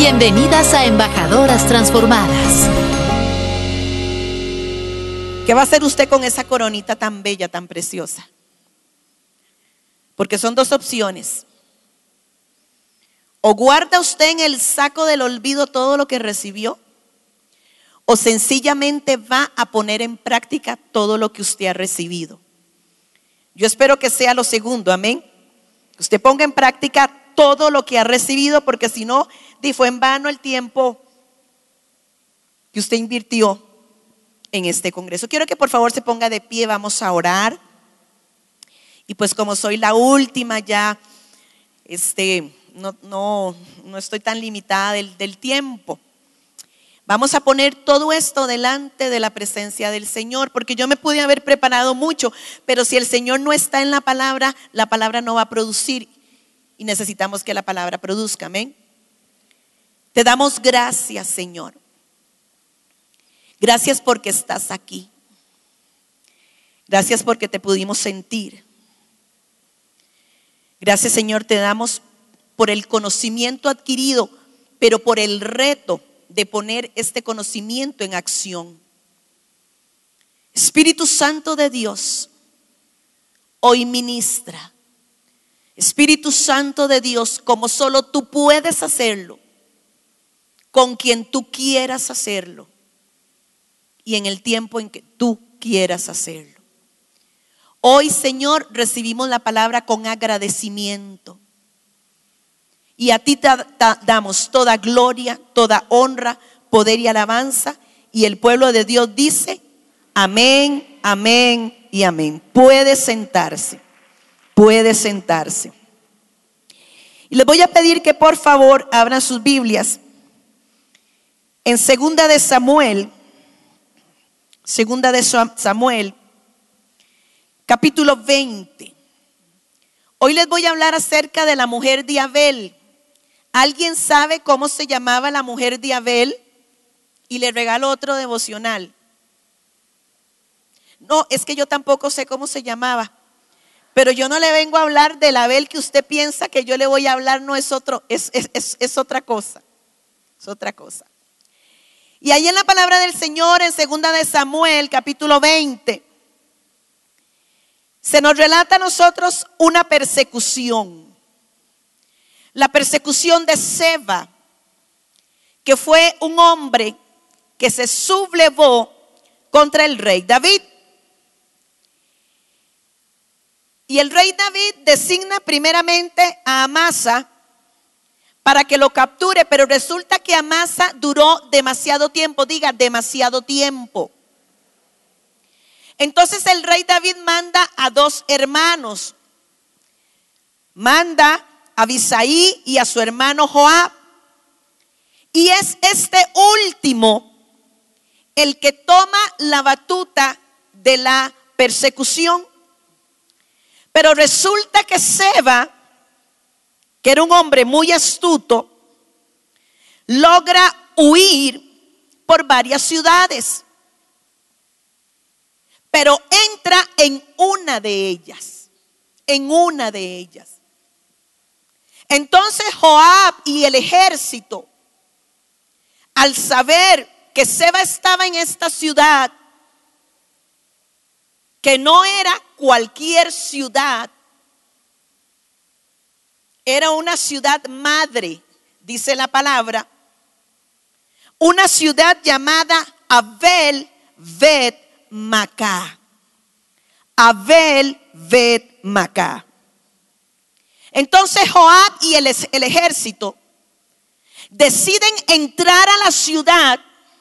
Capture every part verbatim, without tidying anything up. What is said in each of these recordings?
Bienvenidas a Embajadoras Transformadas. ¿Qué va a hacer usted con esa coronita tan bella, tan preciosa? Porque son dos opciones. O guarda usted en el saco del olvido todo lo que recibió, o sencillamente va a poner en práctica todo lo que usted ha recibido. Yo espero que sea lo segundo, amén. Que usted ponga en práctica todo lo que ha recibido, porque si no, fue en vano el tiempo que usted invirtió en este congreso. Quiero que por favor se ponga de pie, vamos a orar. Y pues como soy la última ya, este, no, no, no estoy tan limitada del, del tiempo. Vamos a poner todo esto delante de la presencia del Señor, porque yo me pude haber preparado mucho, pero si el Señor no está en la palabra, la palabra no va a producir y necesitamos que la palabra produzca, amén. Te damos gracias, Señor. Gracias porque estás aquí. Gracias porque te pudimos sentir. Gracias, Señor, te damos por el conocimiento adquirido, pero por el reto de poner este conocimiento en acción. Espíritu Santo de Dios, hoy ministra. Espíritu Santo de Dios, como solo tú puedes hacerlo, con quien tú quieras hacerlo y en el tiempo en que tú quieras hacerlo. Hoy, Señor, recibimos la palabra con agradecimiento. Y a ti te damos toda gloria, toda honra, poder y alabanza. Y el pueblo de Dios dice, amén, amén y amén. Puede sentarse, puede sentarse. Y les voy a pedir que por favor abran sus Biblias en Segunda de Samuel, Segunda de Samuel, capítulo veinte. Hoy les voy a hablar acerca de la mujer de Abel. ¿Alguien sabe cómo se llamaba la mujer de Abel? Y le regalo otro devocional. No, es que yo tampoco sé cómo se llamaba. Pero yo no le vengo a hablar del Abel que usted piensa que yo le voy a hablar, no es otro, es, es, es, es otra cosa. Es otra cosa. Y ahí en la palabra del Señor, en Segunda de Samuel, capítulo veinte, se nos relata a nosotros una persecución. La persecución de Seba, que fue un hombre que se sublevó contra el rey David. Y el rey David designa primeramente a Amasa para que lo capture, pero resulta que Amasa duró demasiado tiempo, diga demasiado tiempo. Entonces el rey David manda a dos hermanos, manda a Abisaí y a su hermano Joab. Y es este último el que toma la batuta de la persecución. Pero resulta que Seba, que era un hombre muy astuto, logra huir por varias ciudades. Pero entra en una de ellas, en una de ellas. Entonces Joab y el ejército, al saber que Seba estaba en esta ciudad, que no era cualquier ciudad, era una ciudad madre, dice la palabra, una ciudad llamada Abel Bet Macá. Abel Bet Macá. Entonces Joab y el, el ejército deciden entrar a la ciudad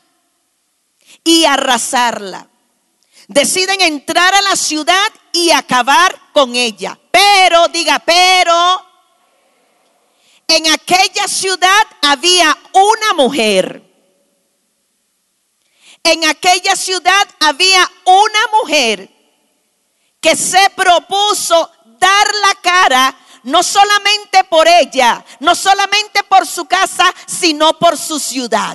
y arrasarla. Deciden entrar a la ciudad y acabar con ella. Pero, diga, pero en aquella ciudad había una mujer. En aquella ciudad había una mujer que se propuso dar la cara, no solamente por ella, no solamente por su casa, sino por su ciudad.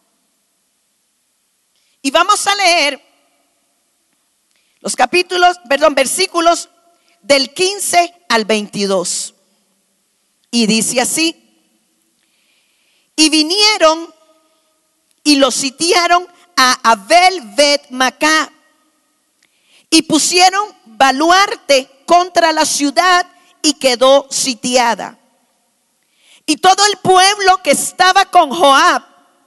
Y vamos a leer los capítulos, perdón, versículos del quince al veintidós. Y dice así: Y vinieron y lo sitiaron a Abel Bet Macá y pusieron baluarte contra la ciudad y quedó sitiada. Y todo el pueblo que estaba con Joab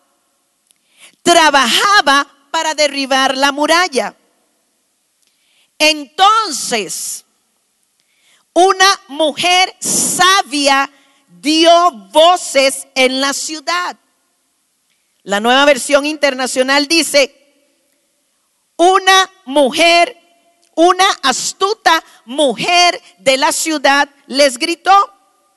trabajaba para derribar la muralla. Entonces, una mujer sabia dio voces en la ciudad. La Nueva Versión Internacional dice: una mujer, una astuta mujer de la ciudad les gritó,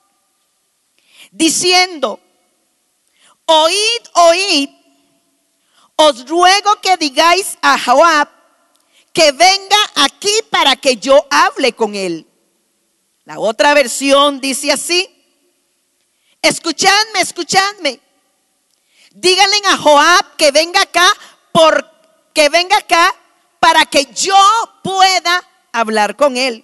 diciendo: oíd, oíd, os ruego que digáis a Joab que venga aquí para que yo hable con él. La otra versión dice así: escuchadme, escuchadme. Díganle a Joab que venga acá, por, que venga acá para que yo pueda hablar con él.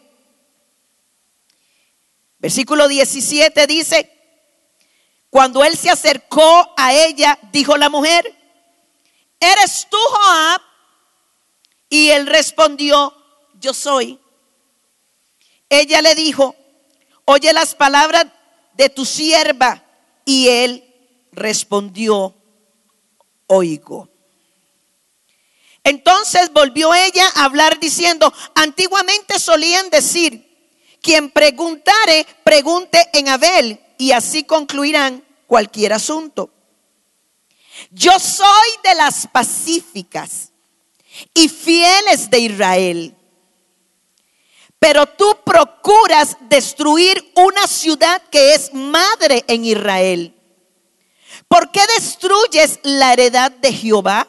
Versículo diecisiete dice: cuando él se acercó a ella, dijo la mujer: ¿eres tú, Joab? Y él respondió: yo soy. Ella le dijo: oye las palabras de tu sierva. Y él respondió: oigo. Entonces volvió ella a hablar diciendo: antiguamente solían decir, quien preguntare, pregunte en Abel, y así concluirán cualquier asunto. Yo soy de las pacíficas y fieles de Israel, pero tú procuras destruir una ciudad que es madre en Israel. ¿Por qué destruyes la heredad de Jehová?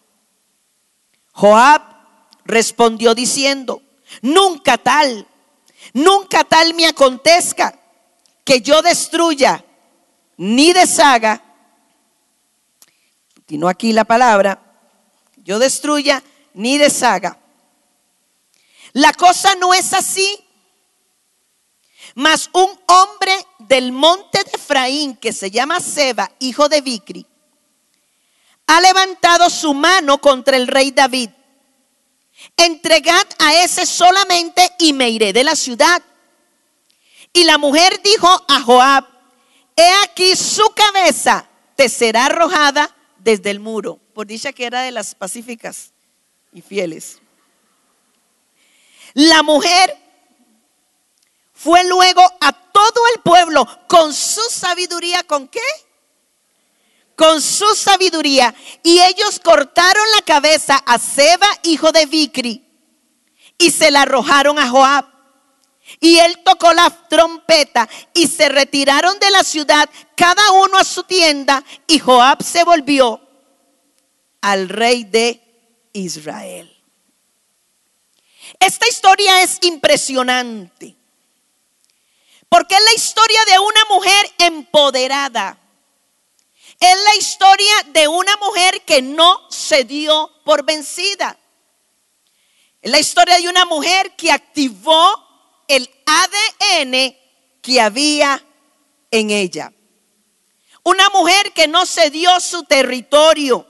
Joab respondió diciendo: nunca tal, nunca tal me acontezca que yo destruya ni deshaga. Continúa aquí la palabra: yo destruya ni deshaga. La cosa no es así. Mas un hombre del monte de Efraín, que se llama Seba, hijo de Bicri, ha levantado su mano contra el rey David. Entregad a ese solamente y me iré de la ciudad. Y la mujer dijo a Joab: he aquí su cabeza te será arrojada desde el muro. Por dicha que era de las pacíficas y fieles. La mujer fue luego a todo el pueblo con su sabiduría. ¿Con qué? Con su sabiduría. Y ellos cortaron la cabeza a Seba, hijo de Bicri, y se la arrojaron a Joab. Y él tocó la trompeta y se retiraron de la ciudad, cada uno a su tienda. Y Joab se volvió al rey de Israel. Esta historia es impresionante, porque es la historia de una mujer empoderada. Es la historia de una mujer que no se dio por vencida. Es la historia de una mujer que activó el A D N que había en ella. Una mujer que no cedió su territorio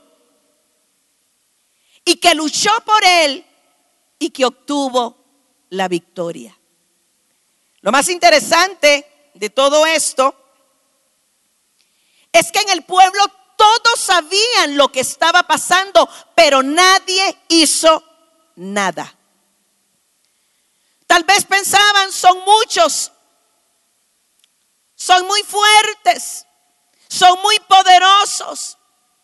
y que luchó por él y que obtuvo la victoria. Lo más interesante de todo esto es que en el pueblo todos sabían lo que estaba pasando, pero nadie hizo nada. Tal vez pensaban: son muchos, son muy fuertes, son muy poderosos.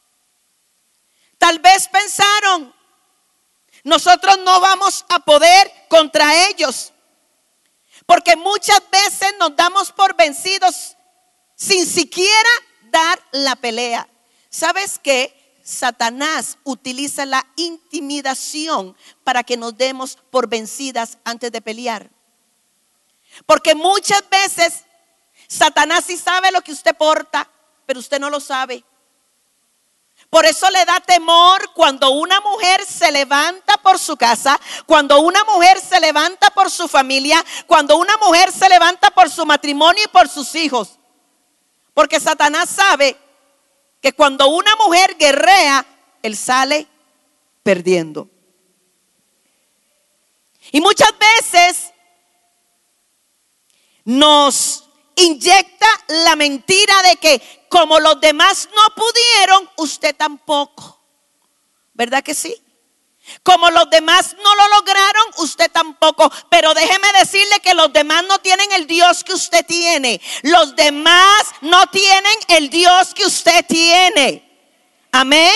Tal vez pensaron: nosotros no vamos a poder contra ellos, porque muchas veces nos damos por vencidos sin siquiera dar la pelea. ¿Sabes qué? Satanás utiliza la intimidación para que nos demos por vencidas antes de pelear. Porque muchas veces Satanás sí sabe lo que usted porta, pero usted no lo sabe. Por eso le da temor cuando una mujer se levanta por su casa, cuando una mujer se levanta por su familia, cuando una mujer se levanta por su matrimonio y por sus hijos. Porque Satanás sabe que cuando una mujer guerrea, él sale perdiendo. Y muchas veces nos inyecta la mentira de que como los demás no pudieron, usted tampoco. ¿Verdad que sí? Como los demás no lo lograron, usted tampoco. Pero déjeme decirle que los demás no tienen el Dios que usted tiene. Los demás no tienen el Dios que usted tiene. Amén.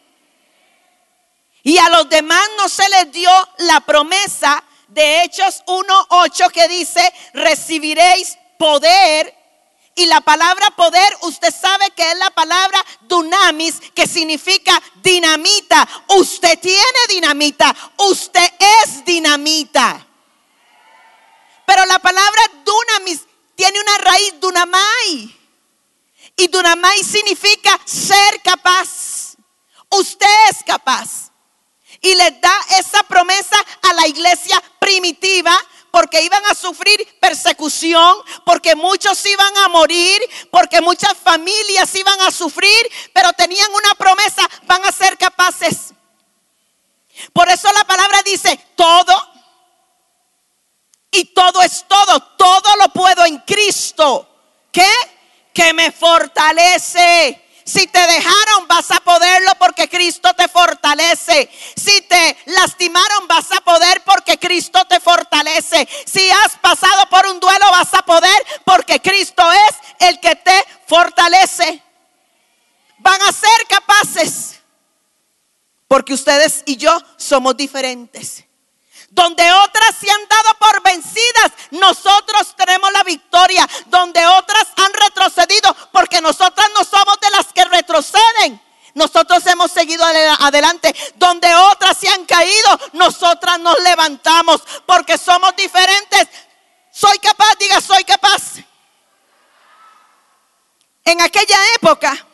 Y a los demás no se les dio la promesa de Hechos uno ocho que dice: recibiréis poder. Y la palabra poder, usted sabe que es la palabra dunamis, que significa dinamita. Usted tiene dinamita, usted es dinamita. Pero la palabra dunamis tiene una raíz dunamai. Y dunamai significa ser capaz. Usted es capaz. Y les da esa promesa a la iglesia primitiva, porque iban a sufrir persecución, porque muchos iban a morir, porque muchas familias iban a sufrir, pero tenían una promesa: van a ser capaces. Por eso la palabra dice: todo, y todo es todo, todo lo puedo en Cristo, ¿qué? Que me fortalece. Si te dejaron, vas a poderlo porque Cristo te fortalece. Si te lastimaron, vas a poder porque Cristo te fortalece. Si has pasado por un duelo, vas a poder porque Cristo es el que te fortalece. Van a ser capaces porque ustedes y yo somos diferentes. Donde otras se han dado por vencidas, nosotros tenemos la victoria. Donde otras han retrocedido, porque nosotras no somos de las que retroceden. Nosotros hemos seguido adelante. Donde otras se han caído, nosotras nos levantamos, porque somos diferentes. Soy capaz, diga, soy capaz. En aquella época,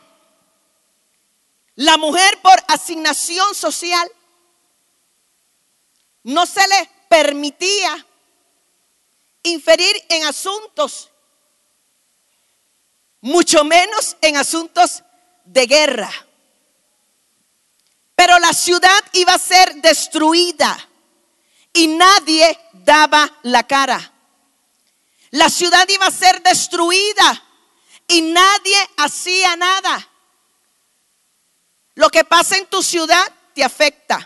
la mujer por asignación social no se le permitía inferir en asuntos, mucho menos en asuntos de guerra. Pero la ciudad iba a ser destruida y nadie daba la cara. La ciudad iba a ser destruida y nadie hacía nada. Lo que pasa en tu ciudad te afecta.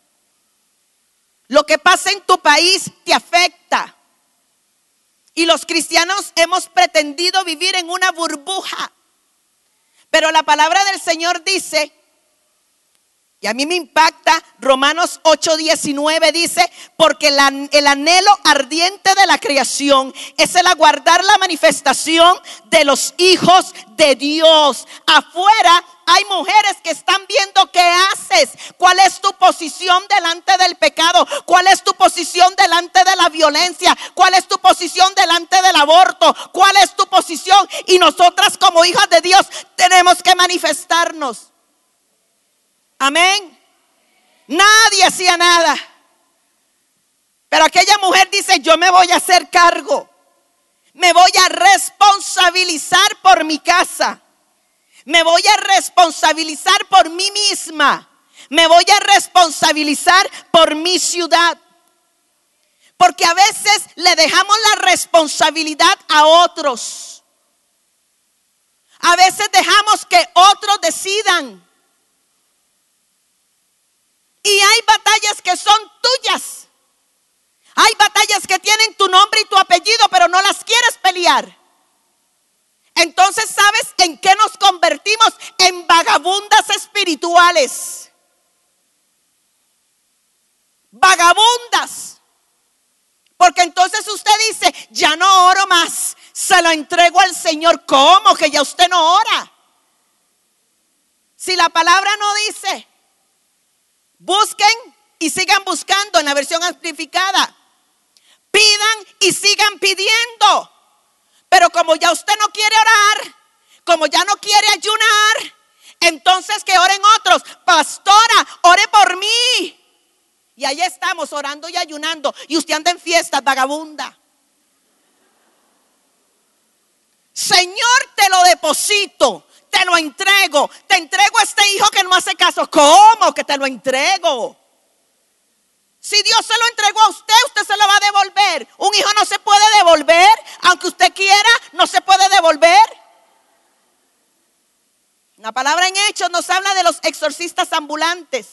Lo que pasa en tu país te afecta. Y los cristianos hemos pretendido vivir en una burbuja. Pero la palabra del Señor dice, y a mí me impacta, Romanos ocho diecinueve dice: porque la, el anhelo ardiente de la creación es el aguardar la manifestación de los hijos de Dios. Afuera hay mujeres que están viendo qué haces, cuál es tu posición delante del pecado, cuál es tu posición delante de la violencia, cuál es tu posición delante del aborto, cuál es tu posición. Y nosotras como hijas de Dios tenemos que manifestarnos. Amén. Nadie hacía nada. Pero aquella mujer dice: yo me voy a hacer cargo. Me voy a responsabilizar por mi casa. Me voy a responsabilizar por mí misma. Me voy a responsabilizar por mi ciudad. Porque a veces le dejamos la responsabilidad a otros. A veces dejamos que otros decidan. Y hay batallas que son tuyas. Hay batallas que tienen tu nombre y tu apellido, pero no las quieres pelear. Entonces, ¿sabes en qué nos convertimos? En vagabundas espirituales. Vagabundas. Porque entonces usted dice: ya no oro más, se lo entrego al Señor. ¿Cómo que ya usted no ora? Si la palabra no dice: busquen y sigan buscando, en la versión amplificada. Pidan y sigan pidiendo. Pero como ya usted no quiere orar, como ya no quiere ayunar, entonces que oren otros. Pastora, ore por mí. Y ahí estamos orando y ayunando. Y usted anda en fiestas, vagabunda. Señor, te lo deposito. te lo entrego. Te entrego a este hijo que no hace caso. ¿Cómo que te lo entrego? Si Dios se lo entregó a usted, usted se lo va a devolver. Un hijo no se puede devolver, aunque usted quiera, no se puede devolver. La palabra en Hechos nos habla de los exorcistas ambulantes.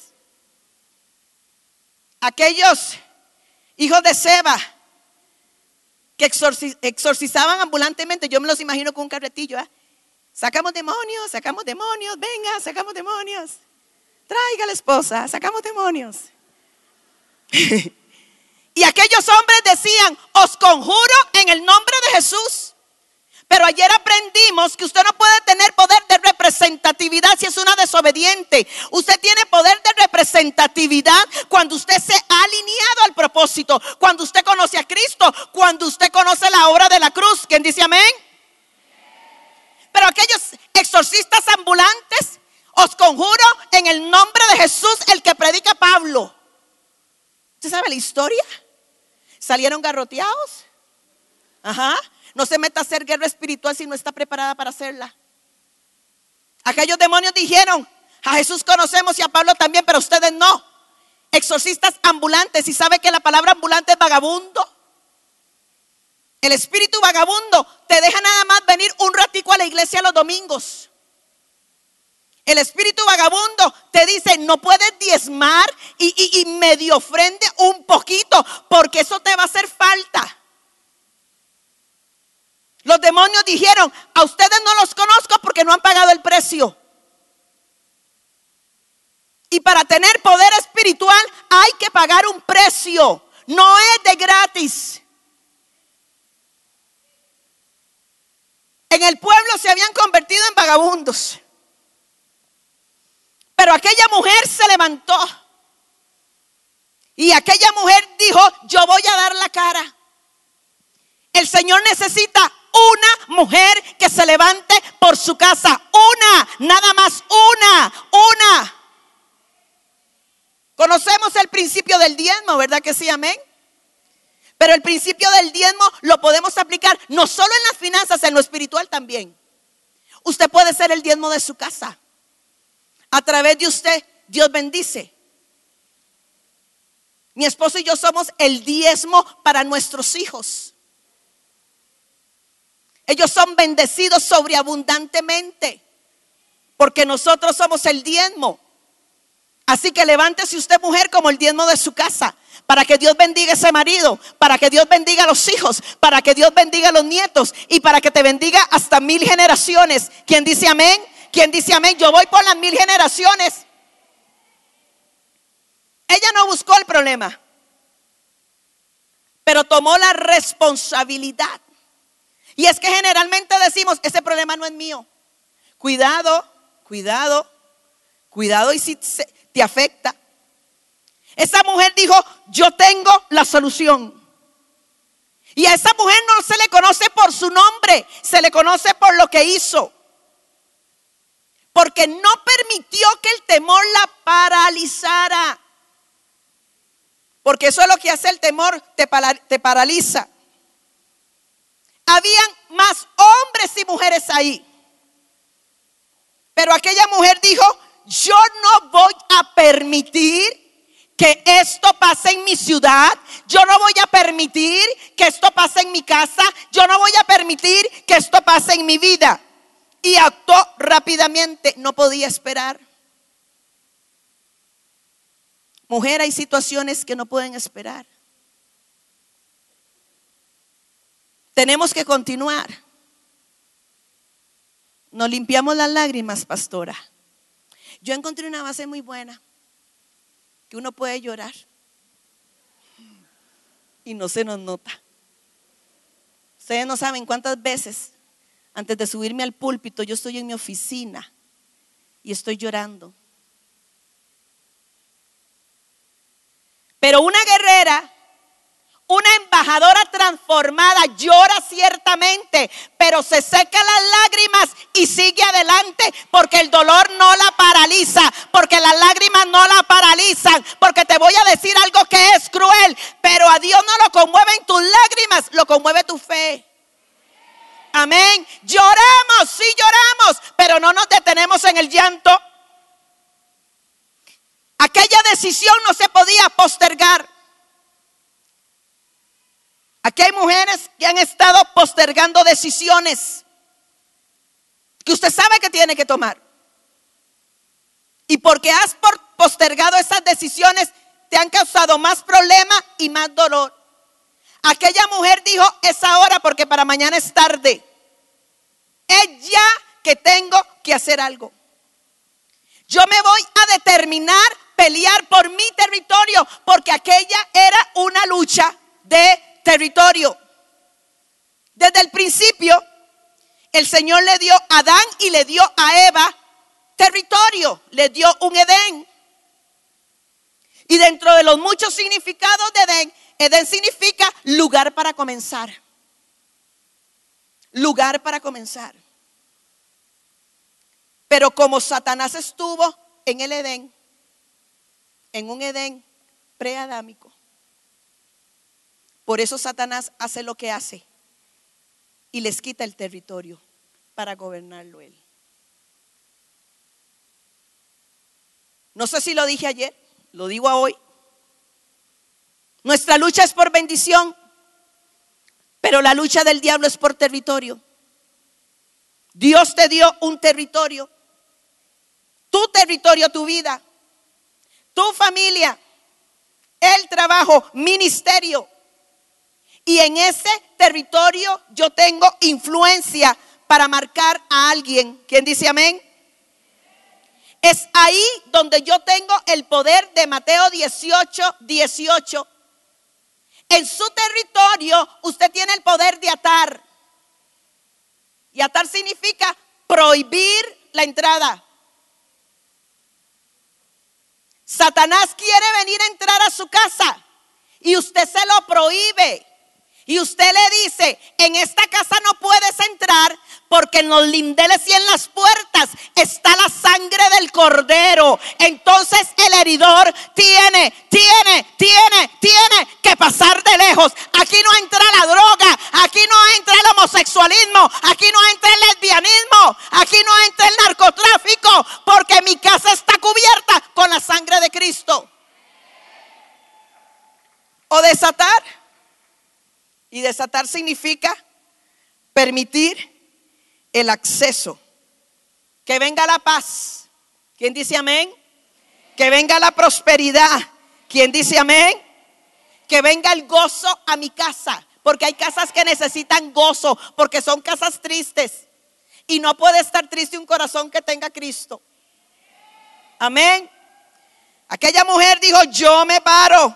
Aquellos hijos de Seba que exorcizaban ambulantemente. Yo me los imagino con un carretillo, ¿eh? Sacamos demonios, sacamos demonios, venga, sacamos demonios. Traiga a la esposa, sacamos demonios. Y aquellos hombres decían: os conjuro en el nombre de Jesús. Pero ayer aprendimos que usted no puede tener poder de representatividad si es una desobediente. Usted tiene poder de representatividad cuando usted se ha alineado al propósito, cuando usted conoce a Cristo, cuando usted conoce la obra de la cruz. ¿Quién dice amén? Pero aquellos exorcistas ambulantes, os conjuro en el nombre de Jesús, el que predica Pablo. ¿Usted sabe la historia? Salieron garroteados. Ajá. No se meta a hacer guerra espiritual si no está preparada para hacerla. Aquellos demonios dijeron: a Jesús conocemos y a Pablo también, pero ustedes no. Exorcistas ambulantes. ¿Y sabe que la palabra ambulante es vagabundo? El espíritu vagabundo te deja nada más venir un ratico a la iglesia los domingos. El espíritu vagabundo te dice: no puedes diezmar y, y, y medio ofrende un poquito, porque eso te va a hacer falta. Los demonios dijeron: a ustedes no los conozco porque no han pagado el precio. Y para tener poder espiritual hay que pagar un precio. No es de gratis. En el pueblo se habían convertido en vagabundos. Pero aquella mujer se levantó. Y aquella mujer dijo: yo voy a dar la cara. El Señor necesita una mujer que se levante por su casa. Una, nada más una, una. Conocemos el principio del diezmo, ¿verdad que sí? Amén. Pero el principio del diezmo lo podemos aplicar no solo en las finanzas, en lo espiritual también. Usted puede ser el diezmo de su casa. A través de usted, Dios bendice. Mi esposo y yo somos el diezmo para nuestros hijos. Ellos son bendecidos sobreabundantemente porque nosotros somos el diezmo. Así que levántese usted, mujer, como el diezmo de su casa, para que Dios bendiga a ese marido, para que Dios bendiga a los hijos, para que Dios bendiga a los nietos y para que te bendiga hasta mil generaciones. ¿Quién dice amén? ¿Quién dice amén? Yo voy por las mil generaciones. Ella no buscó el problema, pero tomó la responsabilidad. Y es que generalmente decimos: ese problema no es mío. Cuidado, cuidado, cuidado y si te afecta. Esa mujer dijo: yo tengo la solución. Y a esa mujer no se le conoce por su nombre, se le conoce por lo que hizo. Porque no permitió que el temor la paralizara. Porque eso es lo que hace el temor, te, te paraliza. Habían más hombres y mujeres ahí. Pero aquella mujer dijo: yo no voy a permitir que esto pase en mi ciudad. Yo no voy a permitir que esto pase en mi casa. Yo no voy a permitir que esto pase en mi vida. Y actuó rápidamente, no podía esperar. Mujer, hay situaciones que no pueden esperar. Tenemos que continuar. Nos limpiamos las lágrimas, pastora. Yo encontré una base muy buena, que uno puede llorar y no se nos nota. Ustedes no saben cuántas veces antes de subirme al púlpito yo estoy en mi oficina y estoy llorando. Pero una guerrera, una embajadora transformada, llora ciertamente, pero se seca las lágrimas y sigue adelante, porque el dolor no la paraliza, porque las lágrimas no la paralizan. Porque te voy a decir algo que es cruel, pero a Dios no lo conmueven tus lágrimas, lo conmueve tu fe. Amén. Lloramos, sí lloramos, pero no nos detenemos en el llanto. Aquella decisión no se podía postergar. Aquí hay mujeres que han estado postergando decisiones que usted sabe que tiene que tomar. Y porque has postergado esas decisiones, te han causado más problema y más dolor. Aquella mujer dijo, es ahora porque para mañana es tarde. Es ya que tengo que hacer algo. Yo me voy a determinar pelear por mi territorio, porque aquella era una lucha de territorio. Desde el principio, el Señor le dio a Adán y le dio a Eva territorio, le dio un Edén. Y dentro de los muchos significados de Edén, Edén significa lugar para comenzar. Lugar para comenzar. Pero como Satanás estuvo en el Edén, en un Edén preadámico, por eso Satanás hace lo que hace y les quita el territorio para gobernarlo él. No sé si lo dije ayer, lo digo hoy. Nuestra lucha es por bendición, pero la lucha del diablo es por territorio. Dios te dio un territorio, tu territorio, tu vida, tu familia, el trabajo, ministerio. Y en ese territorio yo tengo influencia para marcar a alguien. ¿Quién dice amén? Es ahí donde yo tengo el poder de Mateo dieciocho, dieciocho. En su territorio usted tiene el poder de atar. Y atar significa prohibir la entrada. Satanás quiere venir a entrar a su casa y usted se lo prohíbe. Y usted le dice, en esta casa no puedes entrar porque en los lindeles y en las puertas está la sangre del cordero. Entonces el heridor tiene, tiene, tiene, tiene que pasar de lejos. Aquí no entra la droga, aquí no entra el homosexualismo, aquí no entra el lesbianismo, aquí no entra el narcotráfico, porque mi casa está cubierta con la sangre de Cristo. O desatar. Y desatar significa permitir el acceso. Que venga la paz. ¿Quién dice amén? Que venga la prosperidad. ¿Quién dice amén? Que venga el gozo a mi casa. Porque hay casas que necesitan gozo, porque son casas tristes. Y no puede estar triste un corazón que tenga Cristo. Amén. Aquella mujer dijo, yo me paro.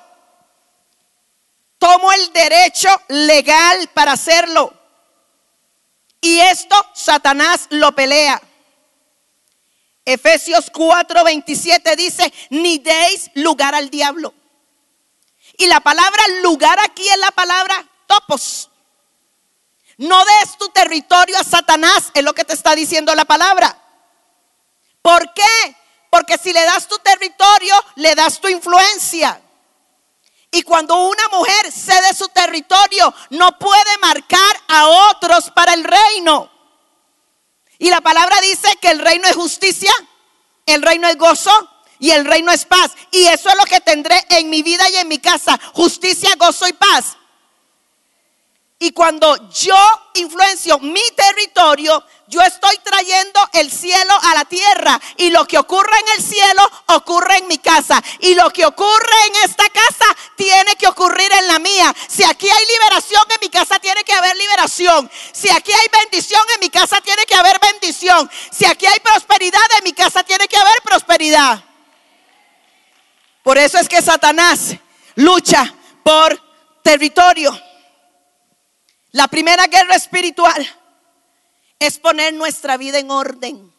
Tomo el derecho legal para hacerlo. Y esto Satanás lo pelea. Efesios cuatro veintisiete dice, ni deis lugar al diablo. Y la palabra lugar aquí es la palabra topos. No des tu territorio a Satanás, es lo que te está diciendo la palabra. ¿Por qué? Porque si le das tu territorio, le das tu influencia. Y cuando una mujer cede su territorio, no puede marcar a otros para el reino. Y la palabra dice que el reino es justicia, el reino es gozo y el reino es paz. Y eso es lo que tendré en mi vida y en mi casa: justicia, gozo y paz. Y cuando yo influencio mi territorio, yo estoy trayendo el cielo a la tierra. Y lo que ocurre en el cielo ocurre en mi casa. Y lo que ocurre en esta casa tiene que ocurrir en la mía. Si aquí hay liberación, en mi casa tiene que haber liberación. Si aquí hay bendición, en mi casa tiene que haber bendición. Si aquí hay prosperidad, en mi casa tiene que haber prosperidad. Por eso es que Satanás lucha por territorio. La primera guerra espiritual es poner nuestra vida en orden.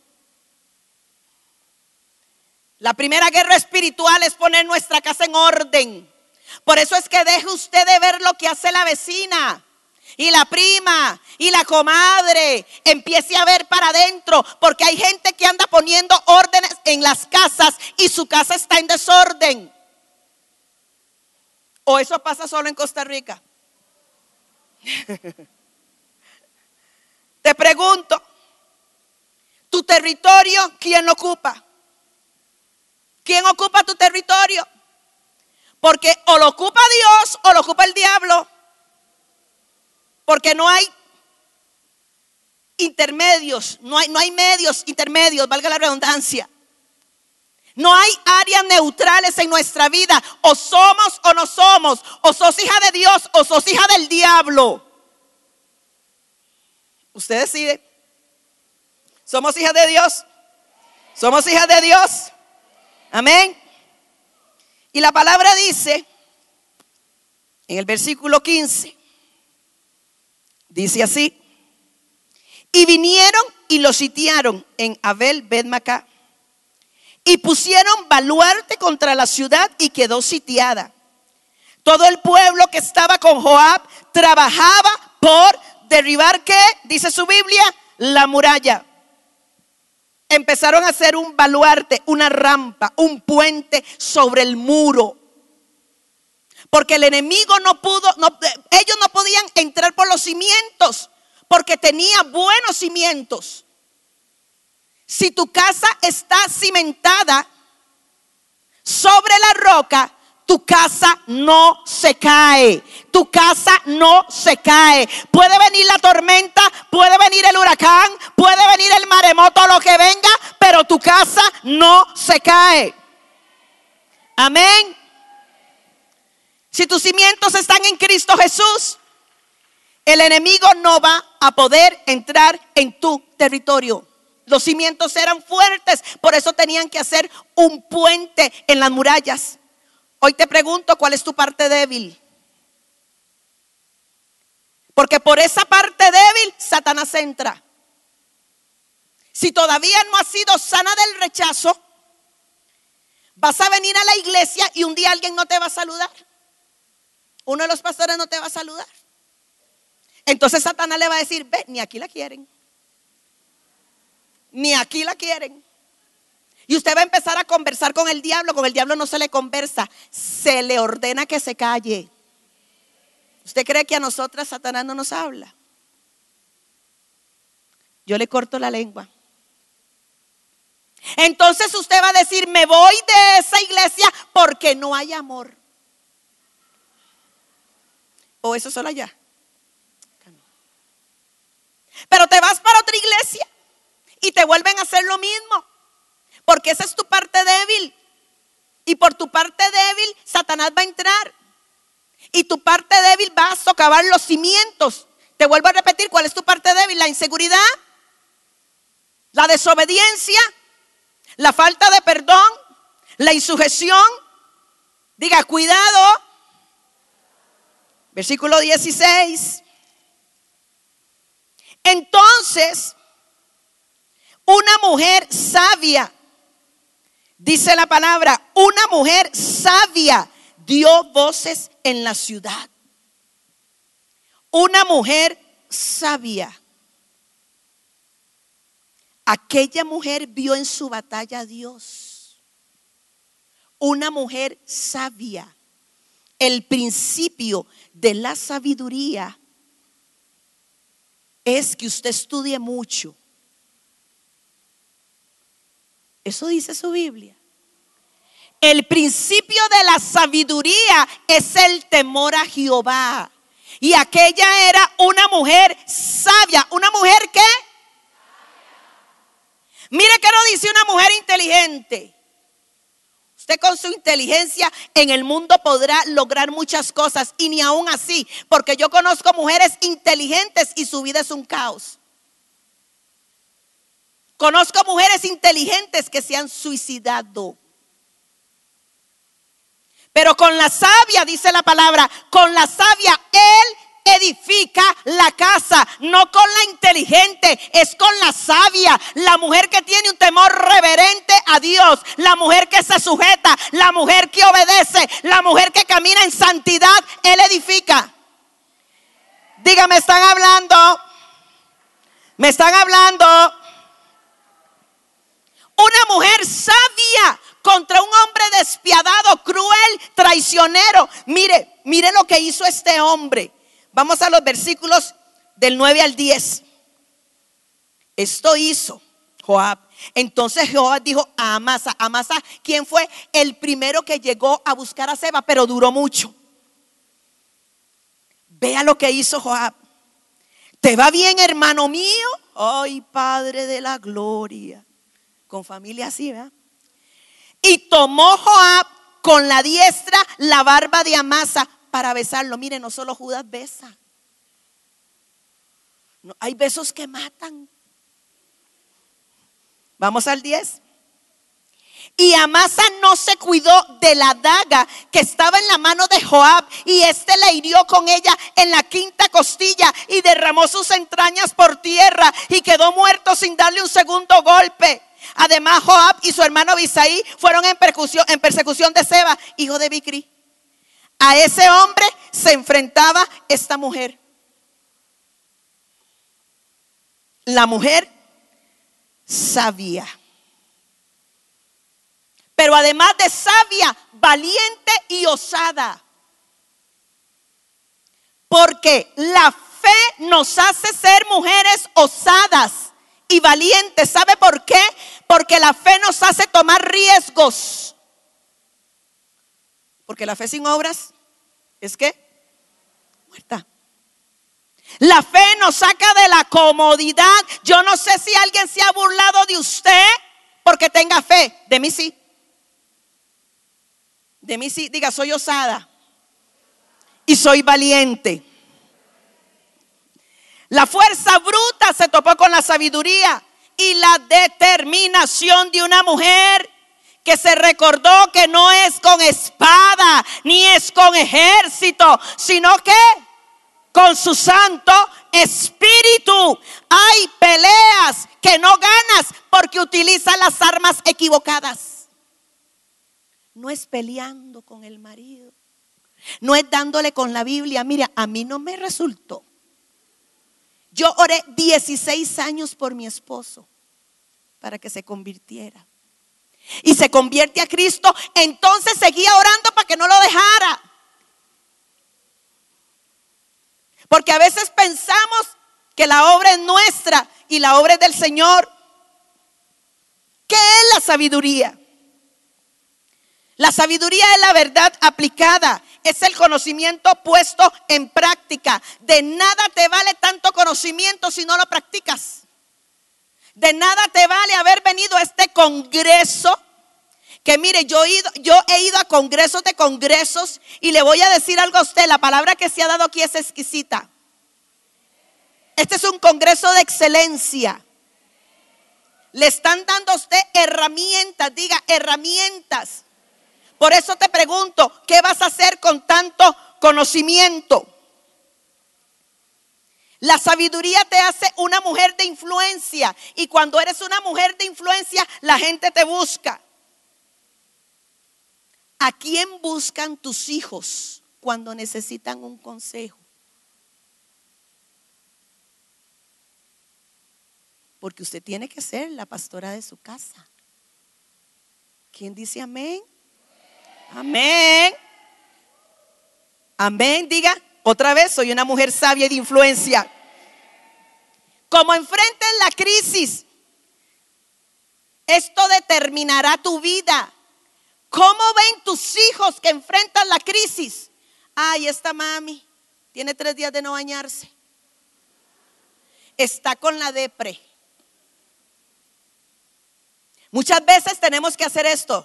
La primera guerra espiritual es poner nuestra casa en orden. Por eso es que deje usted de ver lo que hace la vecina y la prima y la comadre. Empiece a ver para adentro, porque hay gente que anda poniendo órdenes en las casas y su casa está en desorden. ¿O eso pasa solo en Costa Rica? Te pregunto, ¿tu territorio quién lo ocupa? ¿Quién ocupa tu territorio? Porque o lo ocupa Dios o lo ocupa el diablo. Porque no hay intermedios, no hay, no hay medios intermedios, valga la redundancia. No hay áreas neutrales en nuestra vida. O somos o no somos. O sos hija de Dios o sos hija del diablo. Usted decide. ¿Somos hijas de Dios? ¿Somos hijas de Dios? Amén. Y la palabra dice, en el versículo quince, dice así: y vinieron y lo sitiaron en Abel Bet-Maacah, y pusieron baluarte contra la ciudad y quedó sitiada. Todo el pueblo que estaba con Joab trabajaba por derribar, ¿qué? Dice su Biblia, la muralla. Empezaron a hacer un baluarte, una rampa, un puente sobre el muro. Porque el enemigo no pudo, no, ellos no podían entrar por los cimientos, porque tenía buenos cimientos. Si tu casa está cimentada sobre la roca, tu casa no se cae. Tu casa no se cae. Puede venir la tormenta, puede venir el huracán, puede venir el maremoto, lo que venga, pero tu casa no se cae. Amén. Si tus cimientos están en Cristo Jesús, el enemigo no va a poder entrar en tu territorio. Los cimientos eran fuertes, por eso tenían que hacer un puente en las murallas. Hoy te pregunto, ¿cuál es tu parte débil? Porque por esa parte débil Satanás entra. Si todavía no has sido sana del rechazo, vas a venir a la iglesia y un día alguien no te va a saludar. Uno de los pastores no te va a saludar. Entonces Satanás le va a decir: ve, ni aquí la quieren. Ni aquí la quieren. Y usted va a empezar a conversar con el diablo. Con el diablo no se le conversa, se le ordena que se calle. ¿Usted cree que a nosotras Satanás no nos habla? Yo le corto la lengua. Entonces usted va a decir: me voy de esa iglesia porque no hay amor. O eso solo allá. Pero te vas para otra iglesia y te vuelven a hacer lo mismo, porque esa es tu parte débil. Y por tu parte débil Satanás va a entrar, y tu parte débil va a socavar los cimientos. Te vuelvo a repetir, ¿cuál es tu parte débil? La inseguridad, la desobediencia, la falta de perdón, la insujeción. Diga, cuidado. Versículo dieciséis. Entonces, una mujer sabia, dice la palabra, una mujer sabia dio voces en la ciudad. Una mujer sabia. Aquella mujer vio en su batalla a Dios. Una mujer sabia. El principio de la sabiduría es que usted estudie mucho. Eso dice su Biblia. El principio de la sabiduría es el temor a Jehová. Y aquella era una mujer sabia. ¿Una mujer qué? Mire que no dice una mujer inteligente. Usted con su inteligencia en el mundo podrá lograr muchas cosas, y ni aún así, porque yo conozco mujeres inteligentes y su vida es un caos. Conozco mujeres inteligentes que se han suicidado. Pero con la sabia, dice la palabra, con la sabia él edifica la casa, no con la inteligente, es con la sabia, la mujer que tiene un temor reverente a Dios, la mujer que se sujeta, la mujer que obedece, la mujer que camina en santidad, él edifica. Dígame, ¿están hablando? ¿Me están hablando? Una mujer sabia contra un hombre despiadado, cruel, traicionero. Mire, mire lo que hizo este hombre. Vamos a los versículos del nueve al diez. Esto hizo Joab. Entonces Joab dijo a Amasa. Amasa, ¿quién fue? El primero que llegó a buscar a Seba, pero duró mucho. Vea lo que hizo Joab. ¿Te va bien, hermano mío? Ay, Padre de la gloria. Con familia así, ¿verdad? Y tomó Joab con la diestra la barba de Amasa para besarlo. Mire, no solo Judas besa. No, hay besos que matan. Vamos al diez. Y Amasa no se cuidó de la daga que estaba en la mano de Joab, y éste le hirió con ella en la quinta costilla y derramó sus entrañas por tierra y quedó muerto sin darle un segundo golpe. Además, Joab y su hermano Abisai fueron en persecución, en persecución de Seba, hijo de Bicri. A ese hombre se enfrentaba esta mujer. La mujer sabia. Pero además de sabia, valiente y osada. Porque la fe nos hace ser mujeres osadas y valientes. ¿Sabe por qué? Porque la fe nos hace tomar riesgos. Porque la fe sin obras es ¿qué? Muerta. La fe nos saca de la comodidad. Yo no sé si alguien se ha burlado de usted porque tenga fe. De mí sí. De mí sí. Diga, soy osada y soy valiente. La fuerza bruta se topó con la sabiduría y la determinación de una mujer que se recordó que no es con espada ni es con ejército, sino que con su Santo Espíritu. Hay peleas que no ganas porque utilizas las armas equivocadas. No es peleando con el marido, no es dándole con la Biblia. Mira, a mí no me resultó. Yo oré dieciséis años por mi esposo para que se convirtiera. Y se convierte a Cristo. Entonces seguía orando para que no lo dejara. Porque a veces pensamos que la obra es nuestra y la obra es del Señor. ¿Qué es la sabiduría? La sabiduría es la verdad aplicada. Es el conocimiento puesto en práctica. De nada te vale tanto conocimiento si no lo practicas. De nada te vale haber venido a este congreso. Que mire, yo he ido, yo he ido a congresos de congresos. Y le voy a decir algo a usted. La palabra que se ha dado aquí es exquisita. Este es un congreso de excelencia. Le están dando a usted herramientas. Diga, herramientas. Por eso te pregunto, ¿qué vas a hacer con tanto conocimiento? La sabiduría te hace una mujer de influencia. Y cuando eres una mujer de influencia, la gente te busca. ¿A quién buscan tus hijos cuando necesitan un consejo? Porque usted tiene que ser la pastora de su casa. ¿Quién dice amén? Amén. Amén. Diga otra vez, soy una mujer sabia y de influencia. Como enfrenten la crisis, esto determinará tu vida. ¿Cómo ven tus hijos que enfrentan la crisis? Ay, esta mami tiene tres días de no bañarse. Está con la depre. Muchas veces tenemos que hacer esto.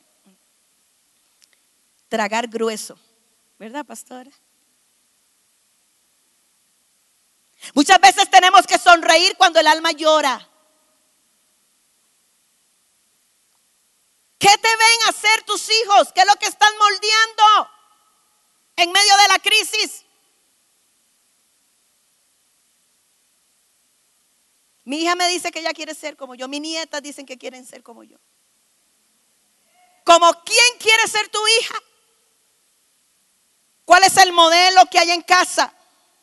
Tragar grueso, ¿verdad, pastora? Muchas veces tenemos que sonreír cuando el alma llora. ¿Qué te ven hacer tus hijos? ¿Qué es lo que están moldeando en medio de la crisis? Mi hija me dice que ella quiere ser como yo. Mis nietas dicen que quieren ser como yo. ¿Como quién quiere ser tu hija? ¿Cuál es el modelo que hay en casa?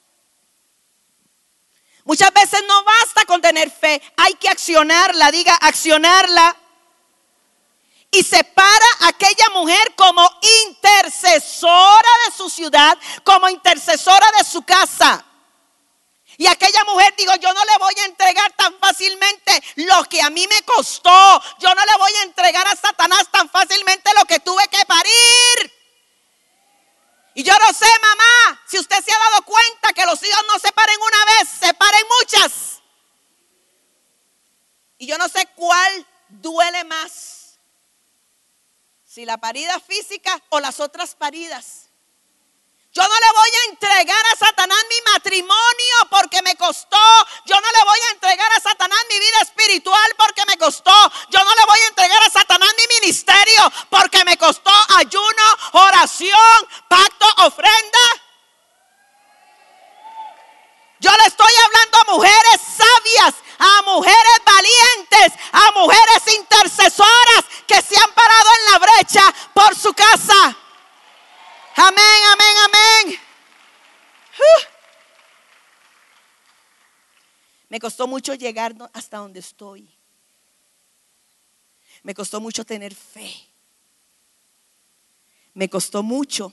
Muchas veces no basta con tener fe, hay que accionarla. Diga, accionarla. Y separa a aquella mujer como intercesora de su ciudad, como intercesora de su casa. Y aquella mujer dijo, yo no le voy a entregar tan fácilmente lo que a mí me costó. Yo no le voy a entregar a Satanás tan fácilmente lo que tuve que parir. Y yo no sé, mamá, si usted se ha dado cuenta que los hijos no se paren una vez, se paren muchas. Y yo no sé cuál duele más, si la parida física o las otras paridas. Yo no le voy a entregar a Satanás mi matrimonio porque me costó. Yo no le voy a entregar a Satanás mi vida espiritual porque me costó. Yo no le voy a entregar a Satanás mi ministerio porque me costó ayuno, oración, pacto, ofrenda. Yo le estoy hablando a mujeres sabias, a mujeres valientes, a mujeres intercesoras que se han parado en la brecha por su casa. Amén, amén, amén. Uh. Me costó mucho llegar hasta donde estoy. Me costó mucho tener fe. Me costó mucho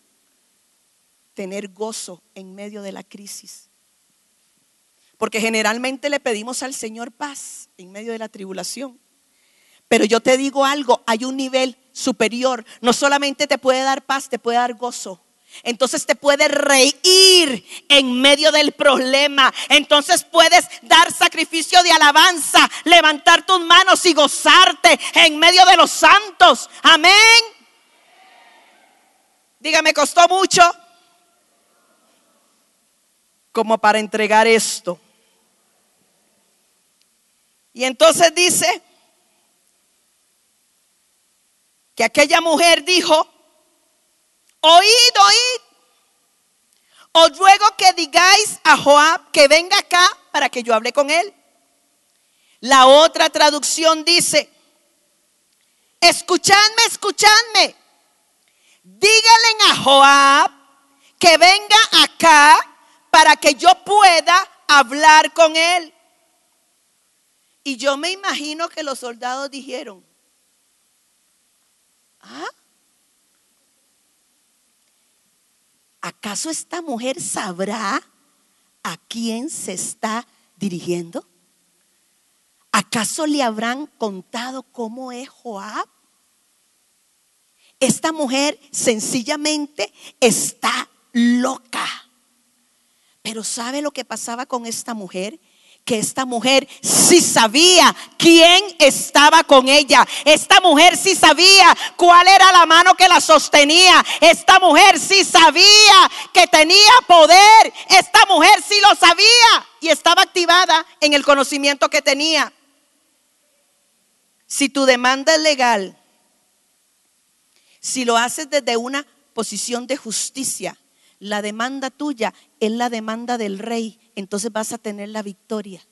tener gozo en medio de la crisis. Porque generalmente le pedimos al Señor paz en medio de la tribulación. Pero yo te digo algo, hay un nivel superior. No solamente te puede dar paz, te puede dar gozo. Entonces te puedes reír en medio del problema. Entonces puedes dar sacrificio de alabanza, levantar tus manos y gozarte en medio de los santos. Amén. Dígame, costó mucho como para entregar esto. Y entonces dice que aquella mujer dijo: oíd, oíd, os ruego que digáis a Joab que venga acá para que yo hable con él. La otra traducción dice: escuchadme, escuchadme, díganle a Joab que venga acá para que yo pueda hablar con él. Y yo me imagino que los soldados dijeron: ¿ah? ¿Acaso esta mujer sabrá a quién se está dirigiendo? ¿Acaso le habrán contado cómo es Joab? Esta mujer sencillamente está loca. Pero ¿sabe lo que pasaba con esta mujer? Que esta mujer sí sabía quién estaba con ella. Esta mujer sí sabía cuál era la mano que la sostenía. Esta mujer sí sabía que tenía poder. Esta mujer sí lo sabía y estaba activada en el conocimiento que tenía. Si tu demanda es legal, si lo haces desde una posición de justicia, la demanda tuya es la demanda del rey. Entonces vas a tener la victoria.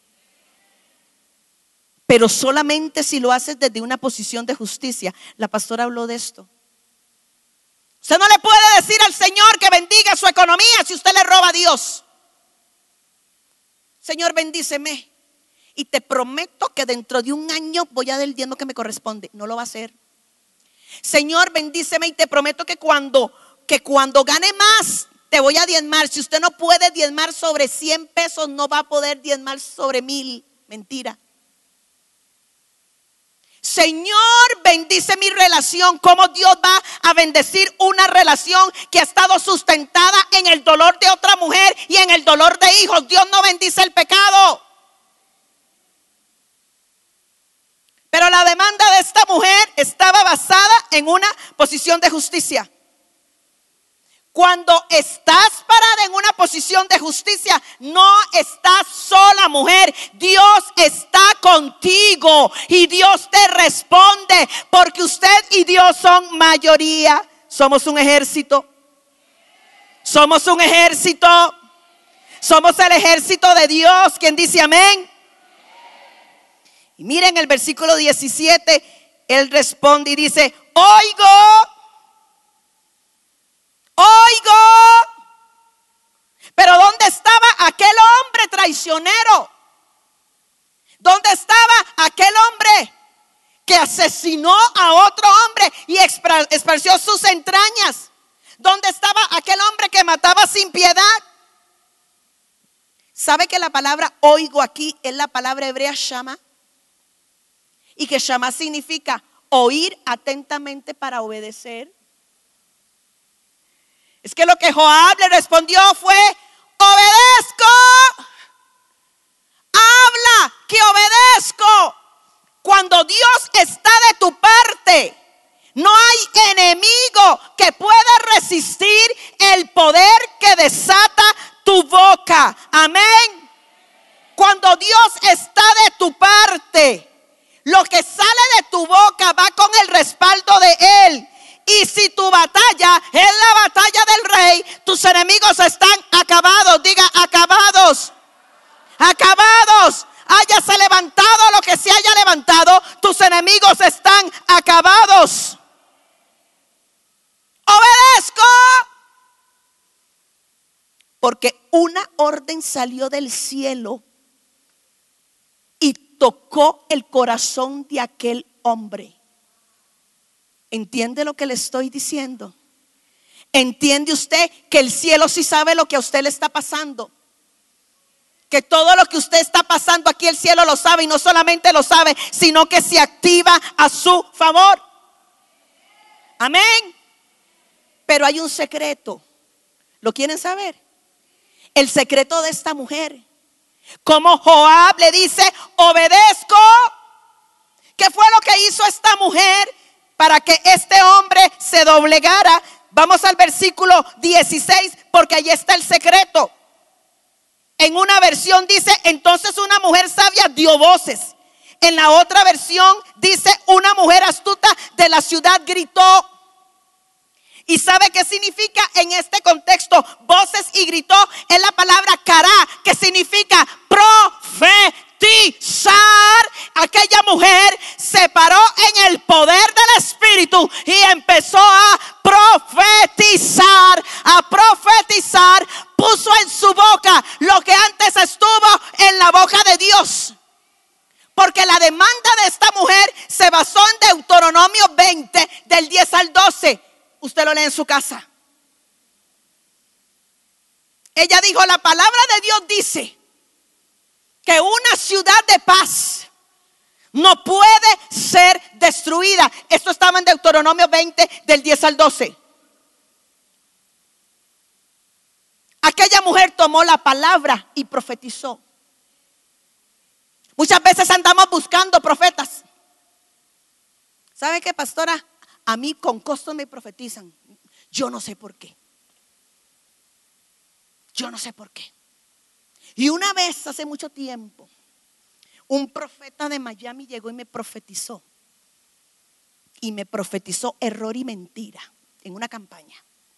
Pero solamente si lo haces desde una posición de justicia. La pastora habló de esto. Usted no le puede decir al Señor que bendiga su economía si usted le roba a Dios. Señor, bendíceme y te prometo que dentro de un año voy a dar el diezmo que me corresponde. No lo va a hacer. Señor, bendíceme y te prometo que cuando, que cuando gane más te voy a diezmar. Si usted no puede diezmar sobre cien pesos, no va a poder diezmar sobre mil. Mentira. Señor, bendice mi relación. ¿Cómo Dios va a bendecir una relación que ha estado sustentada en el dolor de otra mujer y en el dolor de hijos? Dios no bendice el pecado. Pero la demanda de esta mujer estaba basada en una posición de justicia. Cuando estás parada en una posición de justicia, no estás sola, mujer. Dios está contigo y Dios te responde, porque usted y Dios son mayoría. Somos un ejército. Somos un ejército. Somos el ejército de Dios. ¿Quién dice amén? Y miren el versículo diecisiete. Él responde y dice: oigo. Oigo, pero ¿dónde estaba aquel hombre traicionero? ¿Dónde estaba aquel hombre que asesinó a otro hombre y esparció sus entrañas? ¿Dónde estaba aquel hombre que mataba sin piedad? ¿Sabe que la palabra oigo aquí es la palabra hebrea shama? Y que shama significa oír atentamente para obedecer. Es que lo que Joab le respondió fue: obedezco. Habla que obedezco. Cuando Dios está de tu parte, no hay enemigo que pueda resistir el poder que desata tu boca. Amén. Cuando Dios está de tu parte, lo que sale de tu boca va con el respaldo de Él. Y si tu batalla es la batalla del rey, tus enemigos están acabados. Diga: acabados. Acabados. Hayase levantado lo que se haya levantado, tus enemigos están acabados. Obedezco. Porque una orden salió del cielo y tocó el corazón de aquel hombre. ¿Entiende lo que le estoy diciendo? ¿Entiende usted que el cielo sí sabe lo que a usted le está pasando? Que todo lo que usted está pasando aquí el cielo lo sabe, y no solamente lo sabe, sino que se activa a su favor. Amén. Pero hay un secreto. ¿Lo quieren saber? El secreto de esta mujer. Como Joab le dice: obedezco. ¿Qué fue lo que hizo esta mujer para que este hombre se doblegara? Vamos al versículo dieciséis, porque ahí está el secreto. En una versión dice: entonces una mujer sabia dio voces. En la otra versión dice: una mujer astuta de la ciudad gritó. ¿Y sabe qué significa en este contexto? Voces y gritó es la palabra cará, que significa profetizar. Aquella mujer se paró en el poder del Espíritu y empezó a profetizar, a profetizar. Puso en su boca lo que antes estuvo en la boca de Dios. Porque la demanda de esta mujer se basó en Deuteronomio veinte, del diez al doce. Usted lo lee en su casa. Ella dijo: la palabra de Dios dice que una ciudad de paz no puede ser destruida. Esto estaba en Deuteronomio veinte, del diez al doce. Aquella mujer tomó la palabra y profetizó. Muchas veces andamos buscando profetas. ¿Sabe qué, pastora? A mí con costo me profetizan. Yo no sé por qué. Yo no sé por qué. Y una vez, hace mucho tiempo, un profeta de Miami llegó y me profetizó. Y me profetizó error y mentira en una campaña.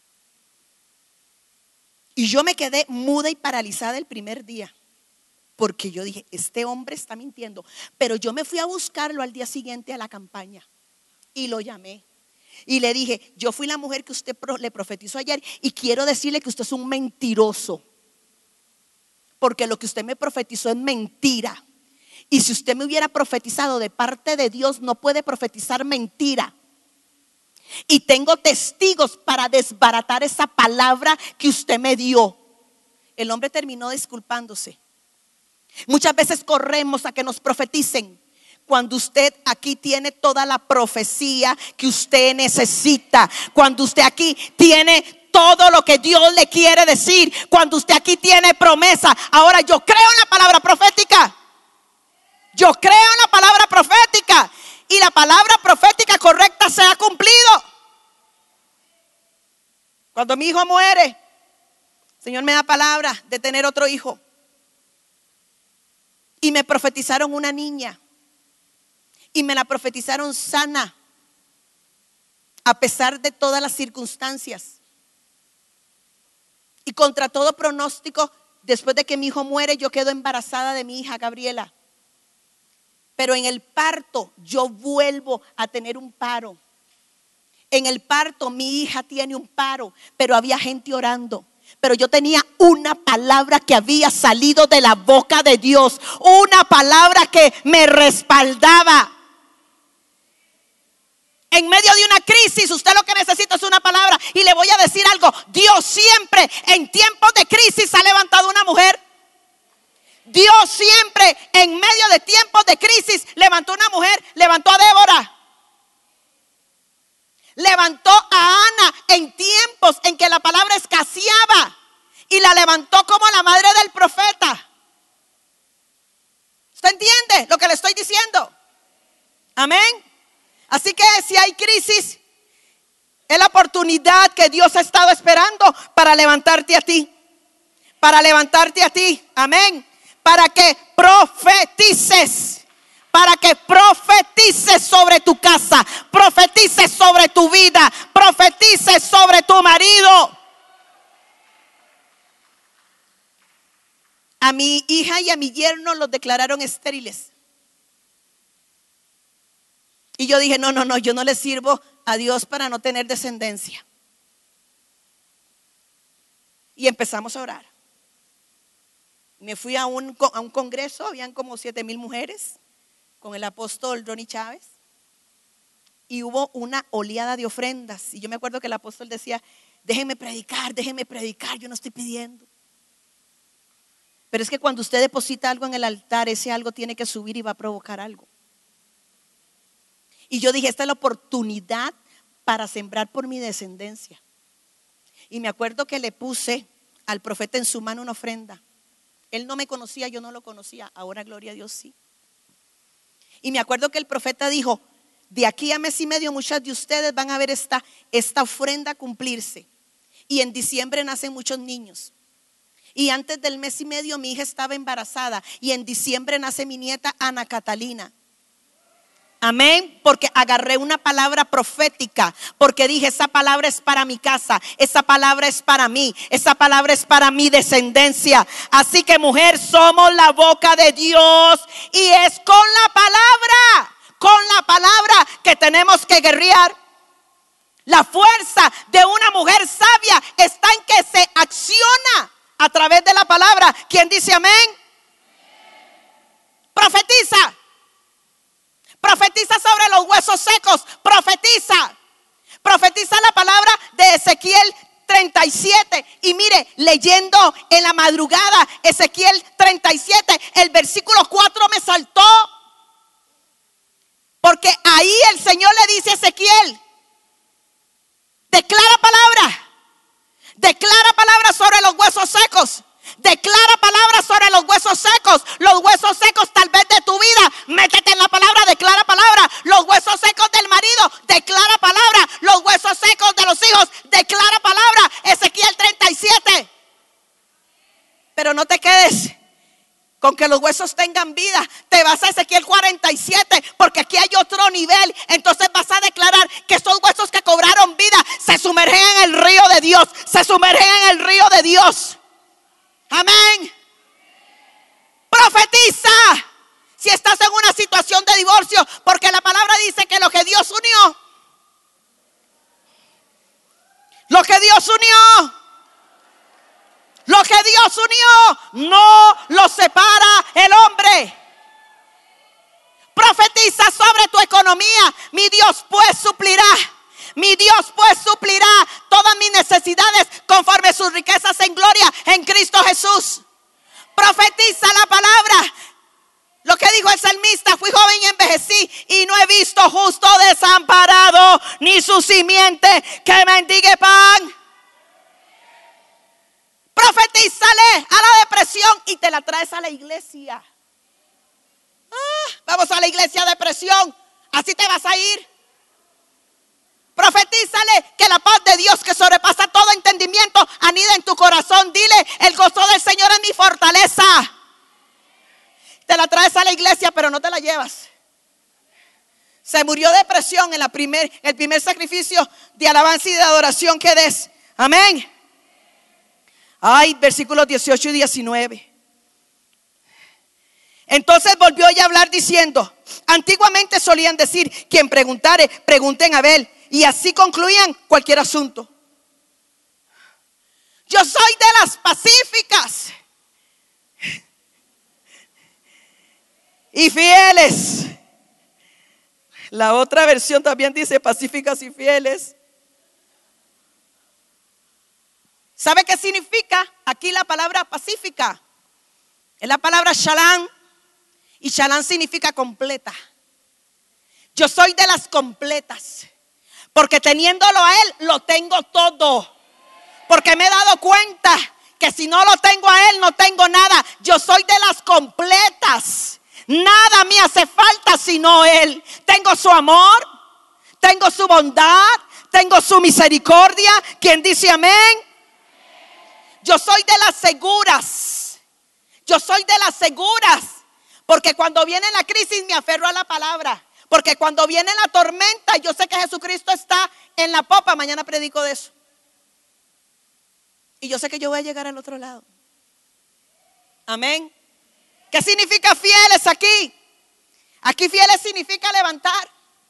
Y yo me quedé muda y paralizada el primer día, porque yo dije: este hombre está mintiendo. Pero yo me fui a buscarlo al día siguiente a la campaña y lo llamé. Y le dije: yo fui la mujer que usted le profetizó ayer, y quiero decirle que usted es un mentiroso, porque lo que usted me profetizó es mentira. Y si usted me hubiera profetizado de parte de Dios, no puede profetizar mentira. Y tengo testigos para desbaratar esa palabra que usted me dio. El hombre terminó disculpándose. Muchas veces corremos a que nos profeticen, cuando usted aquí tiene toda la profecía que usted necesita. Cuando usted aquí tiene todo lo que Dios le quiere decir. Cuando usted aquí tiene promesa. Ahora, yo creo en la palabra profética. Yo creo en la palabra profética. Y la palabra profética correcta se ha cumplido. Cuando mi hijo muere, el Señor me da palabra de tener otro hijo. Y me profetizaron una niña. Y me la profetizaron sana, a pesar de todas las circunstancias. Y contra todo pronóstico, después de que mi hijo muere, yo quedo embarazada de mi hija Gabriela. Pero en el parto yo vuelvo a tener un paro. En el parto mi hija tiene un paro, pero había gente orando. Pero yo tenía una palabra que había salido de la boca de Dios, una palabra que me respaldaba. En medio de una crisis, usted lo que necesita es una palabra. Y le voy a decir algo: Dios siempre en tiempos de crisis ha levantado una mujer. Dios siempre en medio de tiempos de crisis levantó una mujer, levantó a Débora. Levantó a Ana en tiempos en que la palabra escaseaba y la levantó como la madre del profeta. ¿Usted entiende lo que le estoy diciendo? Amén. Así que si hay crisis, es la oportunidad que Dios ha estado esperando para levantarte a ti. Para levantarte a ti. Amén. Para que profetices. Para que profetices sobre tu casa. Profetices sobre tu vida. Profetices sobre tu marido. A mi hija y a mi yerno los declararon estériles. Y yo dije, no, no, no, yo no le sirvo a Dios para no tener descendencia. Y empezamos a orar. Me fui a un, a un congreso, habían como siete mil mujeres, con el apóstol Ronnie Chávez. Y hubo una oleada de ofrendas. Y yo me acuerdo que el apóstol decía, déjenme predicar, déjenme predicar, yo no estoy pidiendo. Pero es que cuando usted deposita algo en el altar, ese algo tiene que subir y va a provocar algo. Y yo dije, esta es la oportunidad para sembrar por mi descendencia. Y me acuerdo que le puse al profeta en su mano una ofrenda. Él no me conocía, yo no lo conocía. Ahora, gloria a Dios, sí. Y me acuerdo que el profeta dijo, de aquí a mes y medio muchas de ustedes van a ver esta, esta ofrenda cumplirse. Y en diciembre nacen muchos niños. Y antes del mes y medio mi hija estaba embarazada. Y en diciembre nace mi nieta Ana Catalina. Amén, porque agarré una palabra profética, porque dije, esa palabra es para mi casa, esa palabra es para mí, esa palabra es para mi descendencia. Así que, mujer, somos la boca de Dios y es con la palabra, con la palabra que tenemos que guerrear. La fuerza de una mujer sabia está en que se acciona a través de la palabra. ¿Quién dice amén? Profetiza. Profetiza sobre los huesos secos. Profetiza. Profetiza la palabra de Ezequiel treinta y siete. Y mire, leyendo en la madrugada Ezequiel treinta y siete, el versículo cuatro me saltó. Porque ahí el Señor le dice a Ezequiel, declara palabra. Declara palabra sobre los huesos secos. Declara palabra sobre los huesos secos. Los huesos secos tal vez de tu vida, métete en la palabra, declara palabra. Los huesos secos del marido, declara palabra. Los huesos secos de los hijos, declara palabra. Ezequiel treinta y siete. Pero no te quedes con que los huesos tengan vida. Te vas a Ezequiel cuarenta y siete, porque aquí hay otro nivel. Entonces vas a declarar que esos huesos que cobraron vida se sumergen en el río de Dios. Se sumergen en el río de Dios. Amén. Profetiza si estás en una situación de divorcio, porque la palabra dice que lo que Dios unió, lo que Dios unió, lo que Dios unió, no lo separa el hombre. Profetiza sobre tu economía. Mi Dios pues suplirá. Mi Dios pues suplirá todas mis necesidades conforme sus riquezas en gloria en Cristo Jesús. Profetiza la palabra. Lo que dijo el salmista, fui joven y envejecí y no he visto justo desamparado ni su simiente que mendigue pan. Profetízale a la depresión y te la traes a la iglesia. Ah, vamos a la iglesia de depresión, así te vas a ir. Profetízale que la paz de Dios que sobrepasa todo entendimiento anida en tu corazón. Dile, el gozo del Señor es mi fortaleza. Te la traes a la iglesia, pero no te la llevas. Se murió de depresión en la primer, el primer sacrificio de alabanza y de adoración que des. Amén. Ay, versículos dieciocho y diecinueve. Entonces volvió ella a hablar diciendo, antiguamente solían decir, quien preguntare, pregunten a Abel. Y así concluían cualquier asunto. Yo soy de las pacíficas y fieles. La otra versión también dice pacíficas y fieles. ¿Sabe qué significa aquí la palabra pacífica? Es la palabra shalom. Y shalom significa completa. Yo soy de las completas. Porque teniéndolo a Él, lo tengo todo. Porque me he dado cuenta que si no lo tengo a Él, no tengo nada. Yo soy de las completas. Nada me hace falta sino Él. Tengo su amor, tengo su bondad, tengo su misericordia. ¿Quién dice amén? Yo soy de las seguras. Yo soy de las seguras. Porque cuando viene la crisis me aferro a la palabra. Porque cuando viene la tormenta, yo sé que Jesucristo está en la popa. Mañana predico de eso. Y yo sé que yo voy a llegar al otro lado. Amén. ¿Qué significa fieles aquí? Aquí fieles significa levantar.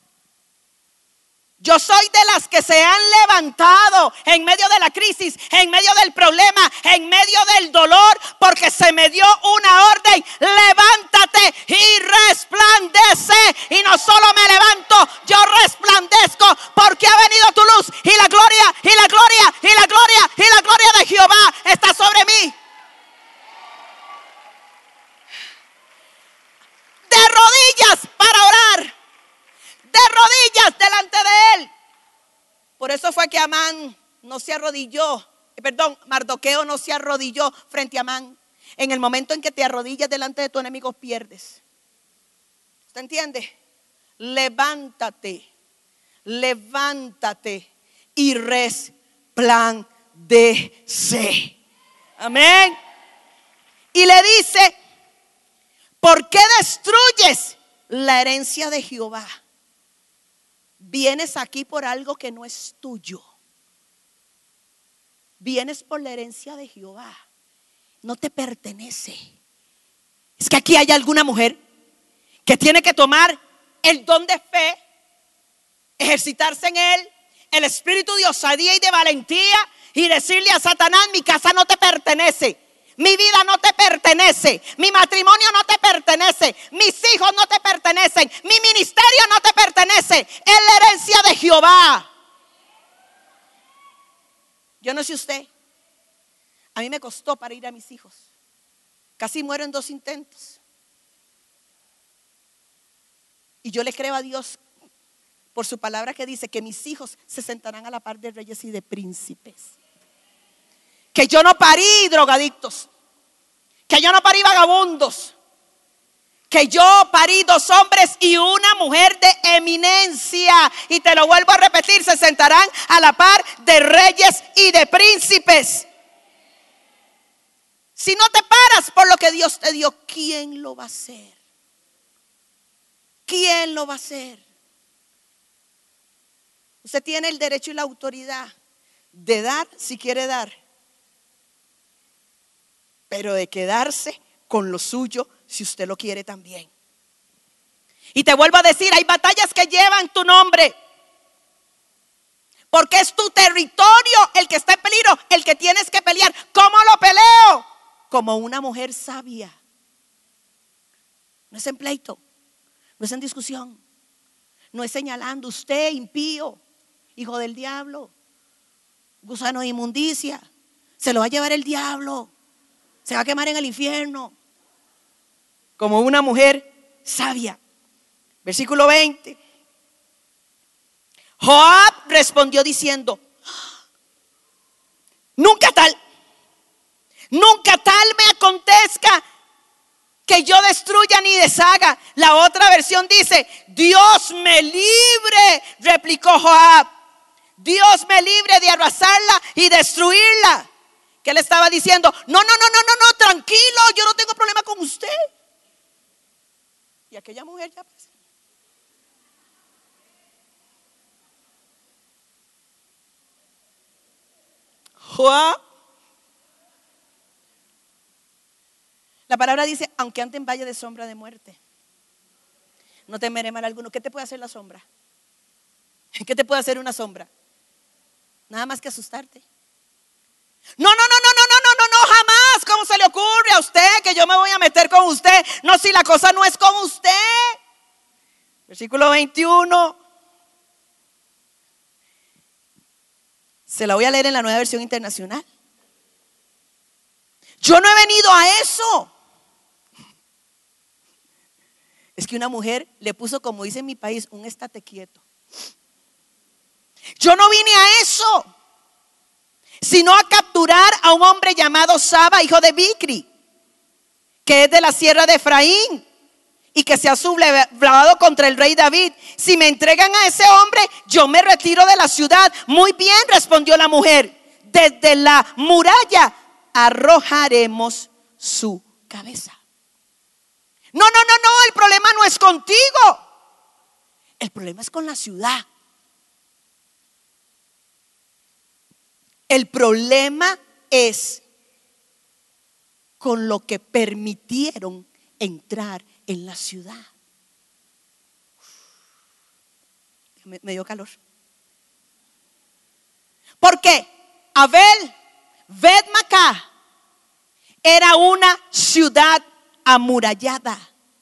Yo soy de las que se han levantado en medio de la crisis, en medio del problema, en medio del dolor, porque se me dio una orden: levántate y resplandece. Y no solo me levanto, yo resplandezco, porque ha venido tu luz y la gloria, y la gloria, y la gloria, y la gloria de Jehová está sobre mí. De rodillas para orar, de rodillas delante de Él. Por eso fue que Amán no se arrodilló, perdón, Mardoqueo no se arrodilló frente a Amán. En el momento en que te arrodillas delante de tu enemigo, pierdes. ¿Usted entiende? Levántate, levántate y resplandece. Amén. Y le dice: ¿por qué destruyes la herencia de Jehová? Vienes aquí por algo que no es tuyo. Vienes por la herencia de Jehová. No te pertenece. Es que aquí hay alguna mujer que tiene que tomar el don de fe, ejercitarse en él, el espíritu de osadía y de valentía, y decirle a Satanás: mi casa no te pertenece. Mi vida no te pertenece, mi matrimonio no te pertenece, mis hijos no te pertenecen, mi ministerio no te pertenece, es la herencia de Jehová. Yo no sé usted, a mí me costó parir a mis hijos. Casi muero en dos intentos. Y yo le creo a Dios por su palabra que dice que mis hijos se sentarán a la par de reyes y de príncipes. Que yo no parí drogadictos, que yo no parí vagabundos, que yo parí dos hombres y una mujer de eminencia. Y te lo vuelvo a repetir: se sentarán a la par de reyes y de príncipes. Si no te paras por lo que Dios te dio, ¿quién lo va a hacer? ¿Quién lo va a hacer? Usted tiene el derecho y la autoridad de dar si quiere dar, pero de quedarse con lo suyo si usted lo quiere también. Y te vuelvo a decir: hay batallas que llevan tu nombre, porque es tu territorio el que está en peligro, el que tienes que pelear. ¿Cómo lo peleo? Como una mujer sabia. No es en pleito, no es en discusión, no es señalando: usted impío, hijo del diablo, gusano de inmundicia, se lo va a llevar el diablo, se va a quemar en el infierno. Como una mujer sabia. Versículo veinte. Joab respondió diciendo: nunca tal, nunca tal me acontezca que yo destruya ni deshaga. La otra versión dice: Dios me libre, replicó Joab. Dios me libre de arrasarla y destruirla. ¿Qué le estaba diciendo? No, no, no, no, no, no, tranquilo, yo no tengo problema con usted. Y aquella mujer ya pues, Joab. La palabra dice: aunque ande en valle de sombra de muerte, no temeré mal alguno. ¿Qué te puede hacer la sombra? ¿Qué te puede hacer una sombra? Nada más que asustarte. No, no, no, no, no, no, no, no, no, jamás. ¿Cómo se le ocurre a usted que yo me voy a meter con usted? No, si la cosa no es con usted. Versículo veintiuno. Se la voy a leer en la Nueva Versión Internacional. Yo no he venido a eso. Es que una mujer le puso, como dice en mi país, un estate quieto. Yo no vine a eso, sino a capturar a un hombre llamado Saba, hijo de Bicri, que es de la sierra de Efraín y que se ha sublevado contra el rey David. Si me entregan a ese hombre, yo me retiro de la ciudad. Muy bien, respondió la mujer. Desde la muralla arrojaremos su cabeza. No, no, no, no, el problema no es contigo. El problema es con la ciudad. El problema es con lo que permitieron entrar en la ciudad. Me, me dio calor. Porque Abel Bet-Macá era una ciudad amurallada.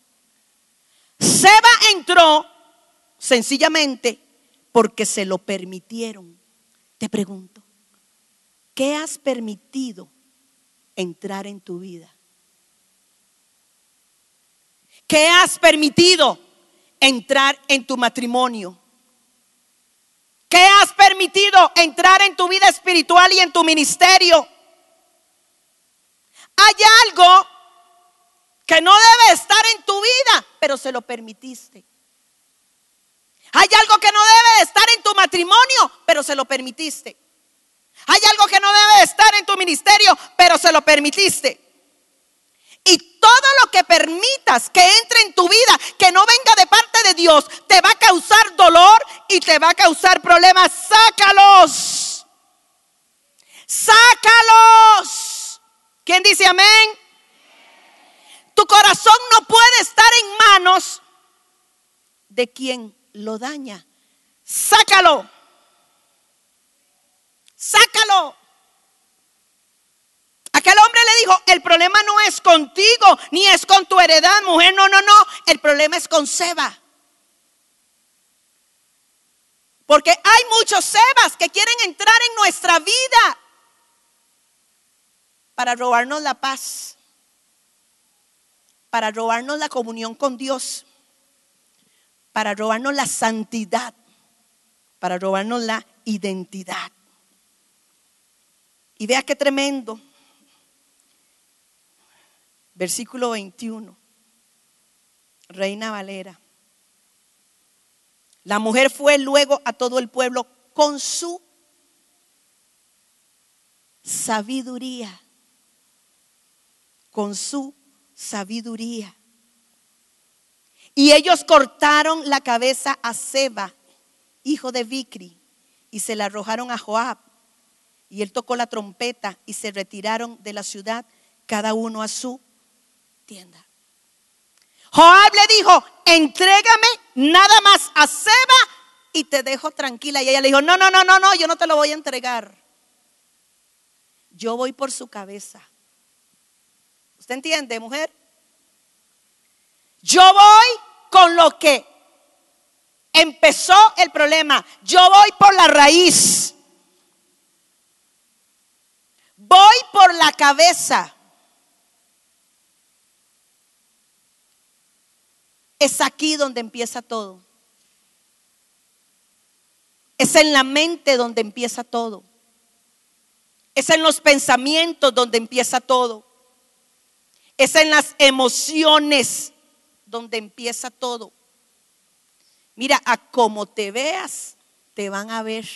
Seba entró sencillamente porque se lo permitieron. Te pregunto, ¿qué has permitido entrar en tu vida? ¿Qué has permitido entrar en tu matrimonio? ¿Qué has permitido entrar en tu vida espiritual y en tu ministerio? Hay algo que no debe estar en tu vida, pero se lo permitiste. Hay algo que no debe estar en tu matrimonio, pero se lo permitiste. Hay algo que no debe estar en tu ministerio, pero se lo permitiste. Y todo lo que permitas que entre en tu vida, que no venga de parte de Dios, te va a causar dolor y te va a causar problemas. Sácalos. Sácalos. ¿Quién dice amén? Tu corazón no puede estar en manos de quien lo daña. Sácalo. Sácalo. Aquel hombre le dijo, el problema no es contigo, ni es con tu heredad, mujer, no, no, no. El problema es con Seba. Porque hay muchos Sebas que quieren entrar en nuestra vida para robarnos la paz, para robarnos la comunión con Dios, para robarnos la santidad, para robarnos la identidad. Y vea qué tremendo. Versículo veintiuno, Reina Valera. La mujer fue luego a todo el pueblo con su sabiduría, con su sabiduría. Y ellos cortaron la cabeza a Seba, hijo de Bicri, y se la arrojaron a Joab. Y él tocó la trompeta y se retiraron de la ciudad, cada uno a su tienda. Joab le dijo, entrégame nada más a Seba y te dejo tranquila. Y ella le dijo, no, no, no, no, no, yo no te lo voy a entregar. Yo voy por su cabeza. ¿Usted entiende, mujer? Yo voy con lo que empezó el problema. Yo voy por la raíz. Voy por la cabeza. Es aquí donde empieza todo. Es en la mente donde empieza todo. Es en los pensamientos donde empieza todo. Es en las emociones donde empieza todo. Mira, a como te veas, te van a ver.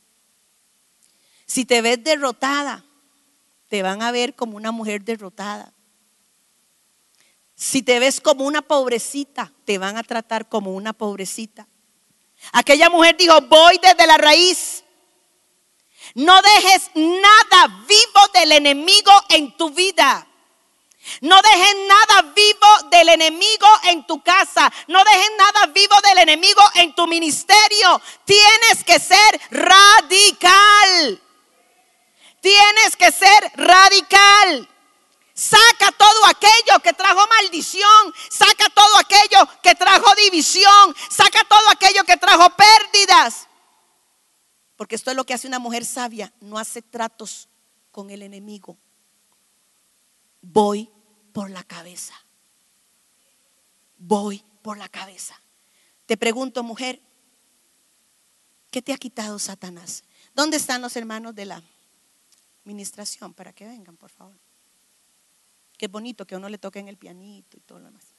Si te ves derrotada, te van a ver como una mujer derrotada. Si te ves como una pobrecita, te van a tratar como una pobrecita. Aquella mujer dijo, voy desde la raíz. No dejes nada vivo del enemigo en tu vida. No dejes nada vivo del enemigo en tu casa. No dejes nada vivo del enemigo en tu ministerio. Tienes que ser radical. Tienes que ser radical. Saca todo aquello que trajo maldición. Saca todo aquello que trajo división. Saca todo aquello que trajo pérdidas. Porque esto es lo que hace una mujer sabia. No hace tratos con el enemigo. Voy por la cabeza. Voy por la cabeza. Te pregunto, mujer, ¿qué te ha quitado Satanás? ¿Dónde están los hermanos de la administración? Para que vengan, por favor. Qué bonito que a uno le toquen el pianito y todo lo demás.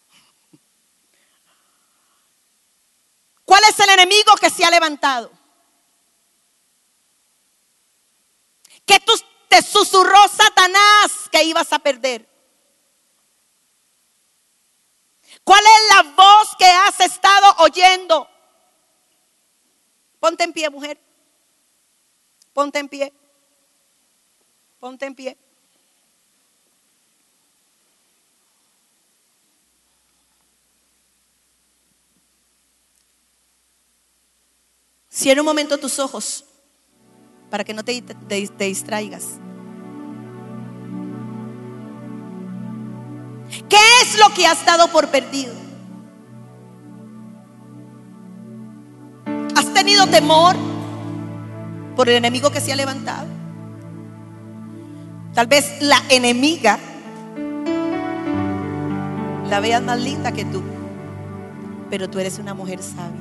¿Cuál es el enemigo que se ha levantado? Que tú te susurró Satanás que ibas a perder. ¿Cuál es la voz que has estado oyendo? Ponte en pie, mujer. Ponte en pie. Ponte en pie. Cierra un momento tus ojos para que no te, te, te distraigas. ¿Qué es lo que has dado por perdido? ¿Has tenido temor por el enemigo que se ha levantado? Tal vez la enemiga la veas más linda que tú, pero tú eres una mujer sabia.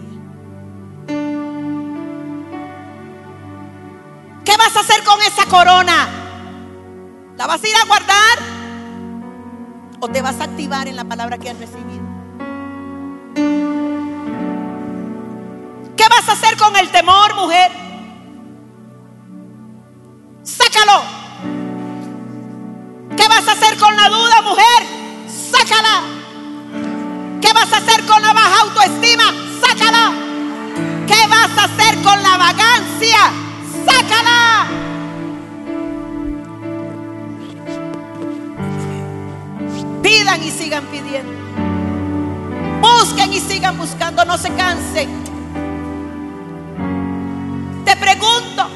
¿Qué vas a hacer con esa corona? ¿La vas a ir a guardar? ¿O te vas a activar en la palabra que has recibido? ¿Qué vas a hacer con el temor, mujer? Sácalo. ¿Qué vas a hacer con la duda, mujer? Sácala. ¿Qué vas a hacer con la baja autoestima? Sácala. ¿Qué vas a hacer con la vagancia? Sácala. Pidan y sigan pidiendo. Busquen y sigan buscando. No se cansen. Te pregunto,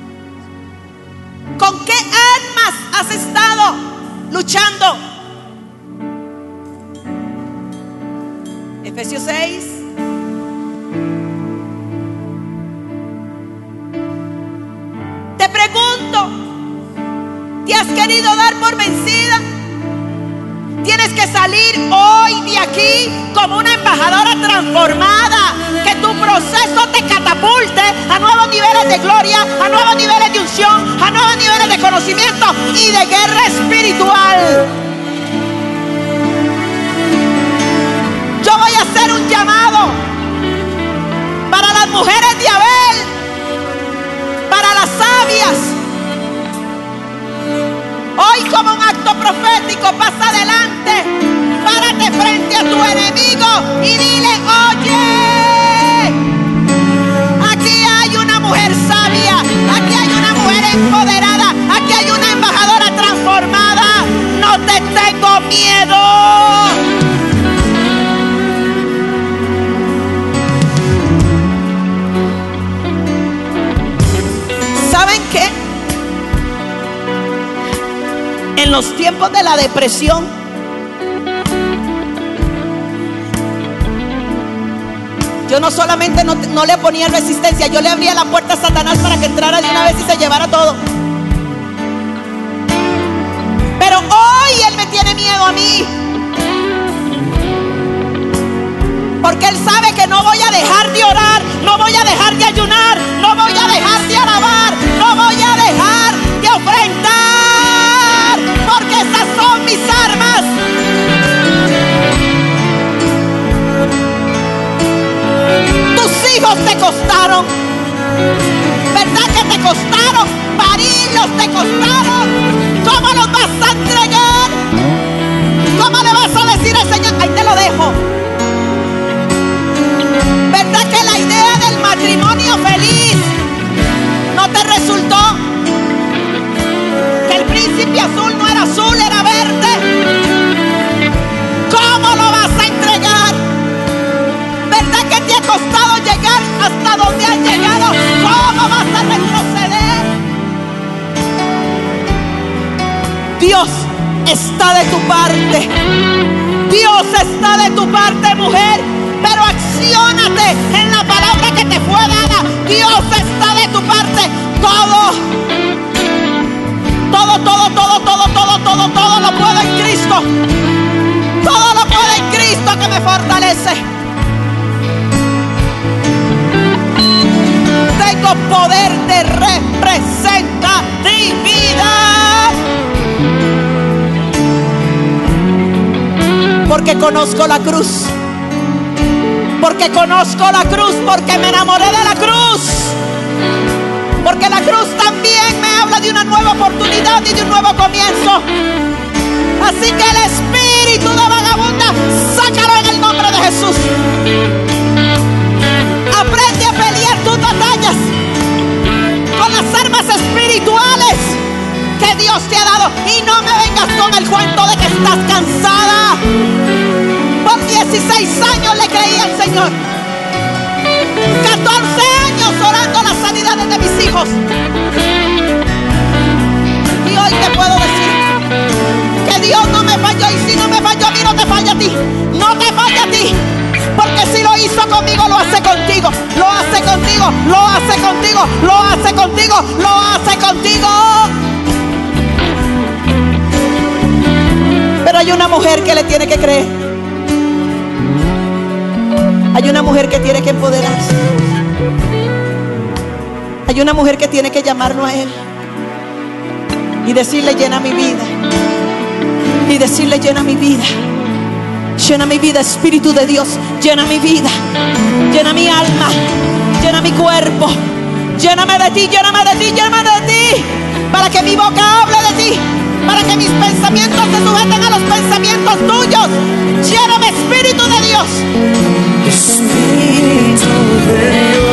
¿con qué armas has estado luchando? Efesios seis. Te pregunto, ¿te has querido dar por vencida? Tienes que salir hoy de aquí como una embajadora transformada. Que tu proceso te catapulte a nuevos niveles de gloria, a nuevos niveles de unción, a nuevos niveles de conocimiento y de guerra espiritual. Yo voy a hacer un llamado para las mujeres de Abel, para las sabias. Hoy, como un acto profético, pasa adelante, párate frente a tu enemigo y dile: oye, aquí hay una mujer sabia, aquí hay una mujer empoderada, aquí hay una embajadora transformada. No te tengo miedo. ¿Saben qué? En los tiempos de la depresión, yo no solamente no, no le ponía resistencia, yo le abría la puerta a Satanás para que entrara de una vez y se llevara todo. Pero hoy él me tiene miedo a mí, porque él sabe que no voy a dejar de orar, no voy a dejar de ayunar, no voy a dejar de alabar, no voy a dejar de ofrendar, porque esas son mis armas. Tus hijos te costaron, ¿verdad que te costaron? Parirlos te costaron. ¿Cómo los vas a entregar? ¿Cómo le vas a decir al Señor? Ahí te lo dejo. ¿Verdad que la idea del matrimonio feliz no te resultó? Que el príncipe azul no era azul, era verde. ¿Cómo lo vas a entregar? ¿Verdad que te ha costado llegar hasta donde has llegado? ¿Cómo vas a retroceder? Dios está de tu parte. Dios está de tu parte, mujer. Pero acciónate en la palabra que te fue dada. Dios está de tu parte. Todo, todo, todo, todo, todo, todo, todo, todo lo puedo en Cristo. Todo lo puedo en Cristo que me fortalece. Tengo poder de representatividad. Porque conozco la cruz. Porque conozco la cruz. Porque me enamoré de la cruz. Porque la cruz también me habla de una nueva oportunidad y de un nuevo comienzo. Así que el espíritu de vagabunda, sácalo en el nombre de Jesús. Aprende a pelear tus batallas con las armas espirituales que Dios te ha dado. Y no me vengas con el cuento de que estás cansada. Por dieciséis años le creí al Señor. catorce años orando las sanidades de mis hijos. Y hoy te puedo decir que Dios no me falló. Y si no me falló a mí, no te falla a ti. No te falla a ti. Porque si lo hizo conmigo, lo hace contigo. Lo hace contigo, lo hace contigo, lo hace contigo, lo hace contigo. Pero hay una mujer que le tiene que creer. Hay una mujer que tiene que empoderarse. Hay una mujer que tiene que llamarlo a Él y decirle: llena mi vida. Y decirle: llena mi vida. Llena mi vida, Espíritu de Dios. Llena mi vida. Llena mi alma. Llena mi cuerpo. Lléname de ti, lléname de ti, lléname de ti. Para que mi boca hable de ti. Para que mis pensamientos se sujeten a los pensamientos tuyos. Lléname, Espíritu de Dios. Espíritu de Dios.